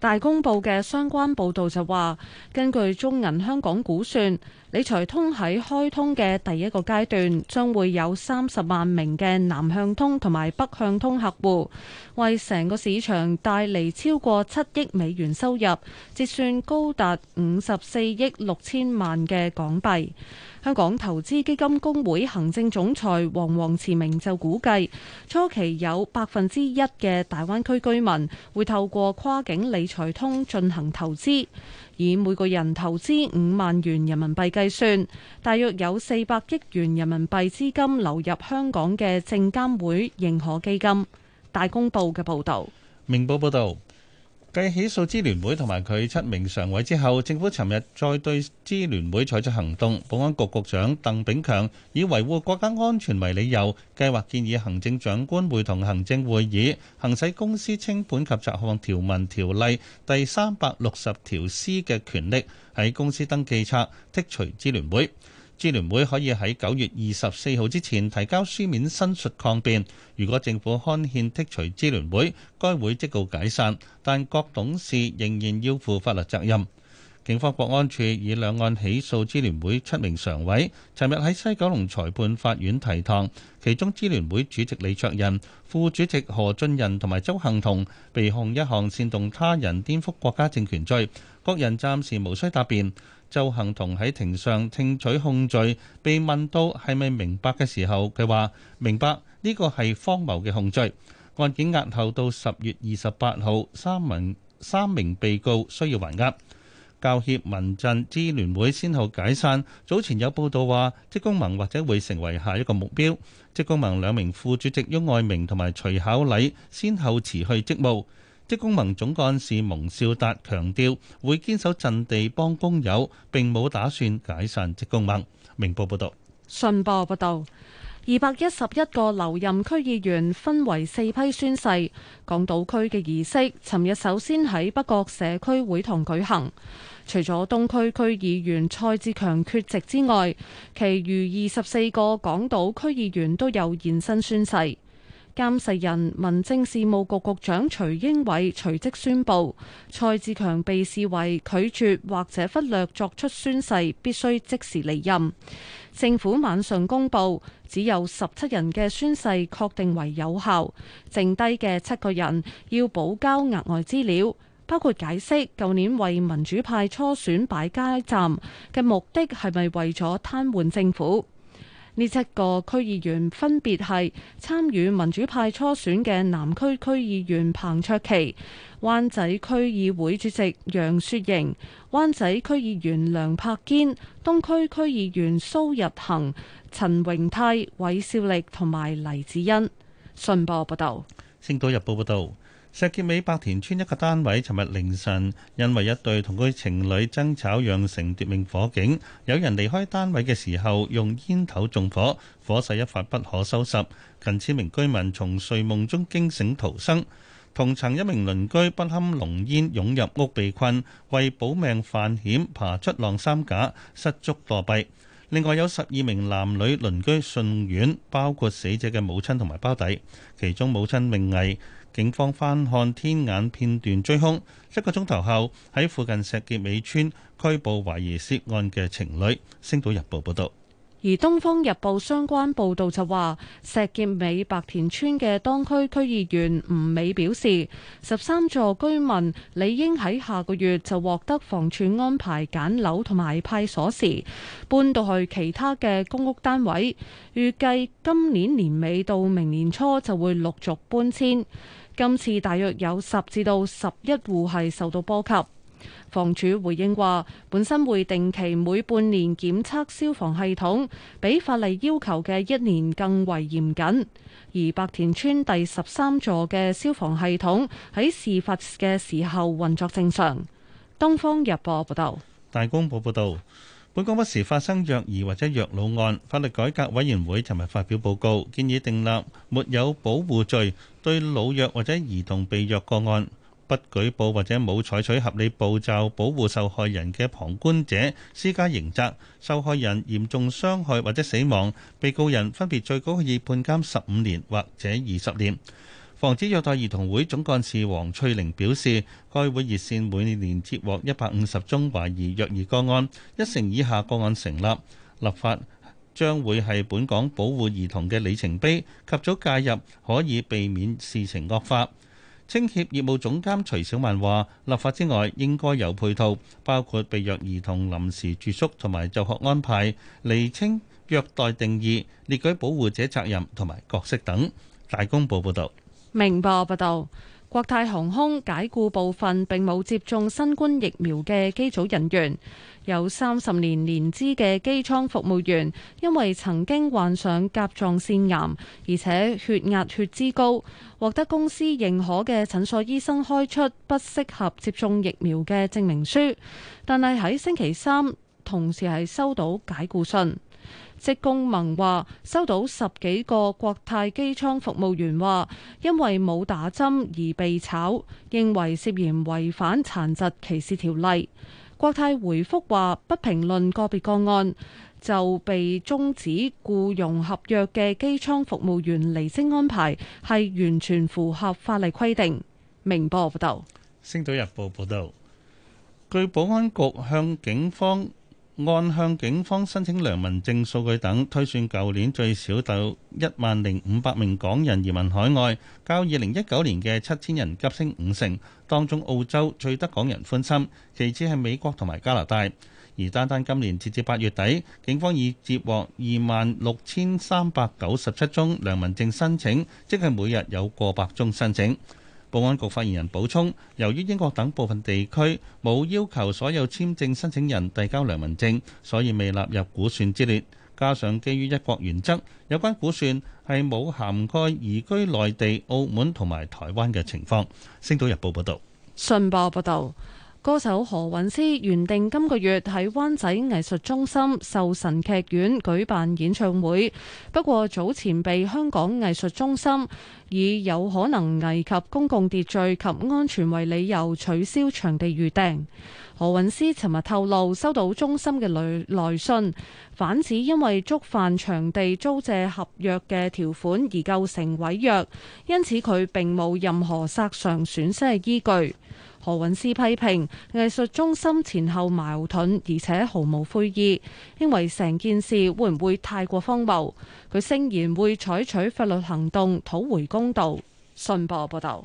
大公報嘅相關報導就話，根據中銀香港估算，理財通喺開通嘅第一個階段將會有30萬名嘅南向通同埋北向通客戶，為成個市場帶嚟超過7億美元收入，折算高達54億6千萬嘅港幣。香港投資基金公會行政總裁黃慈明就估計，初期有1%嘅大灣區居民會透過跨境理財通進行投資，以每個人投資5萬元人民幣計算，大約有400億元人民幣資金流入香港嘅證監會認可基金。大公報嘅報導。 明報報導。繼起訴支聯會同埋佢7名常委之後，政府尋日再對支聯會採取行動。保安局局長鄧炳強以維護國家安全為理由，計劃建議行政長官會同行政會議行使公司清盤及雜項條文條例第360條 C 嘅權力，喺公司登記冊剔除支聯會。支聯會可以喺9月24號之前提交書面申述抗辯。如果政府刊憲剔除支聯會，該會即告解散，但各董事仍然要負法律責任。警方國安處以2案起訴支聯會7名常委，尋日喺西九龍裁判法院提堂。其中支聯會主席李卓人、副主席何俊仁同埋周幸彤被控一項煽動他人顛覆國家政權罪，各人暫時無需答辯。周幸彤喺庭上聽取控罪，被問到係咪明白嘅時候，佢話明白，呢個係荒謬嘅控罪。案件押後到10月28號，三名被告需要還押。教協、民陣、支聯會先後解散。早前有報道話，職工盟或者會成為下一個目標。職工盟2名副主席翁愛明同埋徐巧禮先後辭去職務。職工盟總幹事蒙兆達強調會堅守陣地幫工友，並冇打算解散職工盟。明報報道。 信報報道，211個留任區議員分為4批宣誓。港島區嘅儀式尋日首先喺北角社區會堂舉行。除咗東區區議員蔡志強缺席之外，其餘24個港島區議員都有現身宣誓。監誓人民政事務局局長徐英偉隨即宣布，蔡志強被視為拒絕或者忽略作出宣誓，必須即時離任。政府晚上公布，只有17人嘅宣誓確定為有效，剩低嘅7個人要補交額外資料，包括解釋舊年為民主派初選擺街站嘅目的係咪為咗癱瘓政府。呢7個區議員分別係參與民主派初選嘅南區區議員彭卓棋、灣仔區議會主席楊雪瑩、灣仔區議員梁柏堅、東區區議員蘇日恒、陳榮泰、韋少力同埋黎子欣。信報報道。 星島日報報道。石硤尾白田村一個單位，尋日凌晨因為一對同居情侶爭吵，釀成奪命火警。有人離開單位嘅時候用煙頭縱火，火勢一發不可收拾。近千名居民從睡夢中驚醒逃生。同層一名鄰居不堪濃煙湧入屋被困，為保命犯險爬出晾衫架，失足墮斃。另外有12名男女鄰居送院，包括死者嘅母親同埋胞弟，其中母親命危。警方翻看天眼片段追兇，1個鐘頭後喺附近石硤尾村拘捕懷疑涉案嘅情侶。星島日報報道。 而《東方日報》相關報導就話，石硤尾白田村嘅當區區議員吳美表示，13座居民理應喺下個月就獲得房署安排揀樓同埋派鎖匙，搬到去其他嘅公屋單位。預計今年年尾到明年初就會陸續搬遷。今次大約有10至到11戶係受到波及。房署回應話，本身會定期每半年檢測消防系統，比法例要求嘅1年更為嚴謹。而白田村第13座嘅消防系統喺事發嘅時候運作正常。東方日報報道。 大公報報道。本港不時發生虐兒或者虐老案，法律改革委員會尋日發表報告，建議訂立沒有保護罪，對老弱或者兒童被虐個案不舉報或者冇採取合理步驟保護受害人嘅旁觀者施加刑責，受害人嚴重傷害或者死亡，被告人分別最高可以判監15年或者20年。 防止虐待兒童會總幹事黃翠玲表示，該會熱線每年接獲150宗懷疑虐兒個案，1成以下個案成立。立法將會係本港保護兒童嘅里程碑，及早介入可以避免事情惡化。青協業務總監徐小曼話，立法之外應該有配套，包括被虐兒童臨時住宿同埋就學安排，釐清虐待定義，列舉保護者責任同埋角色等。大公報報道。 明報報道，國泰航空解僱部分並冇接種新冠疫苗嘅機組人員。有30年年資嘅機艙服務員，因為曾經患上甲狀腺癌，而且血壓血脂高，獲得公司認可嘅診所醫生開出不適合接種疫苗嘅證明書，但係喺星期三同時係收到解僱信。職工盟話收到10幾個國泰機艙服務員話，因為冇打針而被炒，認為涉嫌違反殘疾歧視條例。國泰回覆話不評論個別個案，就被終止僱傭合約嘅機艙服務員離職安排係完全符合法例規定。明報報道。 星島日報報道，據保安局向警方申請良民證數據等推算，舊年最少到10500名港人移民海外，較2019年嘅7000人急升5成。當中澳洲最得港人歡心，其次係美國同埋加拿大。而單今年截至8月底，警方已接獲26397宗良民證申請，即係每日有過百宗申請。保安局發言人補充，由於英國等部分地區冇要求所有簽證申請人遞交良民證，所以未納入估算之列。加上基於一國原則，有關估算係冇涵蓋移居內地、澳門同埋台灣嘅情況。星島日報報道。 信報報道。歌手何韻詩原定今個月喺灣仔藝術中心壽臣劇院舉辦演唱會，不過早前被香港藝術中心以有可能危及公共秩序及安全為理由取消場地預訂。何韻詩尋日透露收到中心嘅來信，反指因為觸犯場地租借合約嘅條款而構成違約，因此佢並冇任何索償損失嘅依據。何韻詩批評藝術中心前後矛盾，而且毫無悔意，認為成件事會唔會太過荒謬？佢聲言會採取法律行動討回公道。信報報道。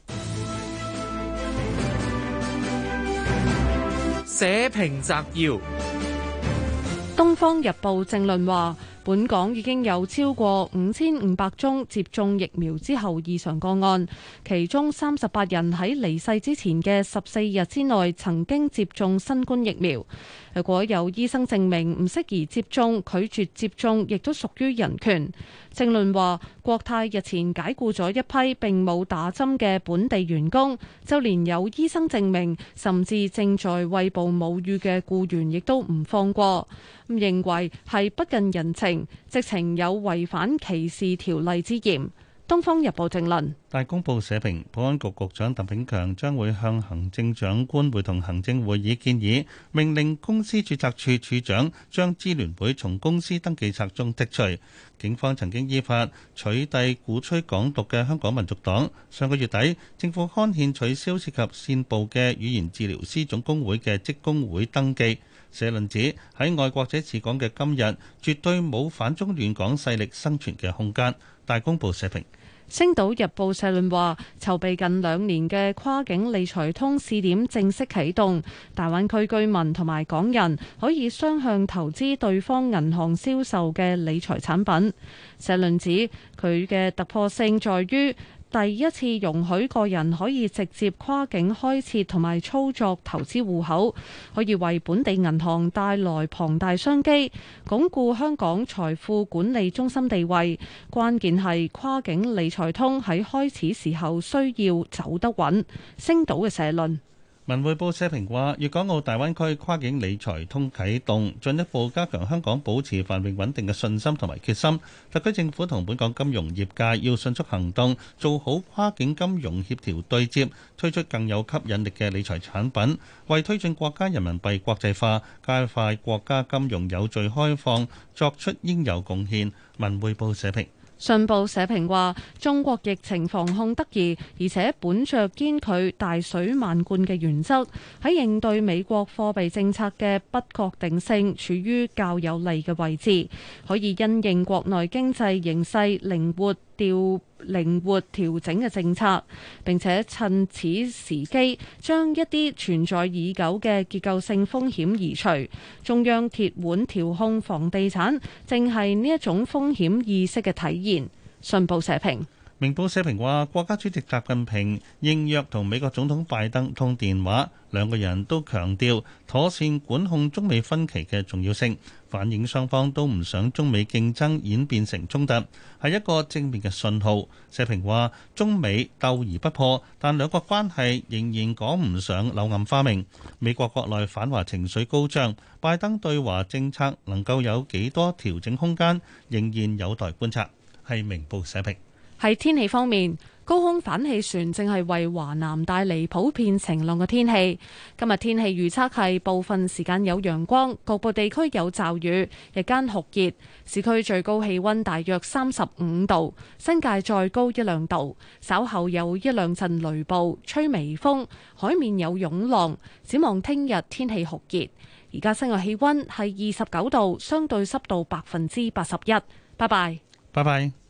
社評摘要：《 東方日報》正論話，本港已經有超過5500宗接種疫苗之後異常個案，其中38人喺離世之前嘅14日之內曾經接種新冠疫苗。如果有醫生證明唔適宜接種，拒絕接種亦都屬於人權。正論話，國泰日前解僱咗一批並冇打針嘅本地員工，就連有醫生證明甚至正在餵哺母乳嘅僱員亦都唔放過，認為係不近人情，直情有違反歧視條例之嫌。《東方日報》正論。 大公報社評，保安局局長鄧炳強將會向行政長官會同行政會議建議，命令公司註冊處處長將支聯會從公司登記冊中剔除。警方曾經依法取締鼓吹港獨嘅香港民族黨。上個月底，政府刊憲取消涉及煽暴嘅語言治療師總工會嘅職工會登記。社論指喺愛國者治港嘅今日，絕對冇反中亂港勢力生存嘅空間。大公報社評。 星島日報社論話，籌備近2年嘅跨境理財通試點正式啟動，大灣區居民同埋港人可以雙向投資對方銀行銷售嘅理財產品。社論指佢嘅突破性在於，第一次容許個人可以直接跨境開設同埋操作投資戶口，可以為本地銀行帶來龐大商機，鞏固香港財富管理中心地位。關鍵係跨境理財通喺開始時候需要走得穩。星島嘅社論。 文匯報社評話，粵港澳大灣區跨境理財通啟動，進一步加強香港保持繁榮穩定嘅信心同埋決心。特區政府同本港金融業界要迅速行動，做好跨境金融協調對接，推出更有吸引力嘅理財產品，為推進國家人民幣國際化、加快國家金融有序開放作出應有貢獻。文匯報社評。 信報社評話，中國疫情防控得宜，而且本着堅拒大水漫灌嘅原則，喺應對美國貨幣政策嘅不確定性，處於較有利嘅位置，可以因應國內經濟形勢靈活調整嘅政策，並且趁此時機將一啲存在已久嘅結構性風險移除。中央鐵腕調控房地產，正係呢一種風險意識嘅體現。信報社評。 明報社評話，國家主席習近平應約同美國總統拜登通電話，兩個人都強調妥善管控中美分歧嘅重要性，反映雙方都唔想中美競爭演變成衝突，係一個正面嘅信號。社評話，中美鬥而不破，但兩國關係仍然講唔上柳暗花明。美國國內反華情緒高漲，拜登對華政策能夠有幾多調整空間，仍然有待觀察。係明報社評。 喺天氣方面，高空反氣旋正係為華南帶嚟普遍晴朗嘅天氣。今日天氣預測係部分時間有陽光，局部地區有驟雨，日間酷熱，市區最高氣溫大約35度，新界再高1-2度。稍後有1-2陣雷暴，吹微風，海面有湧浪。展望聽日天氣酷熱，而家室外氣溫係29度，相對濕度81%。拜拜。 拜拜。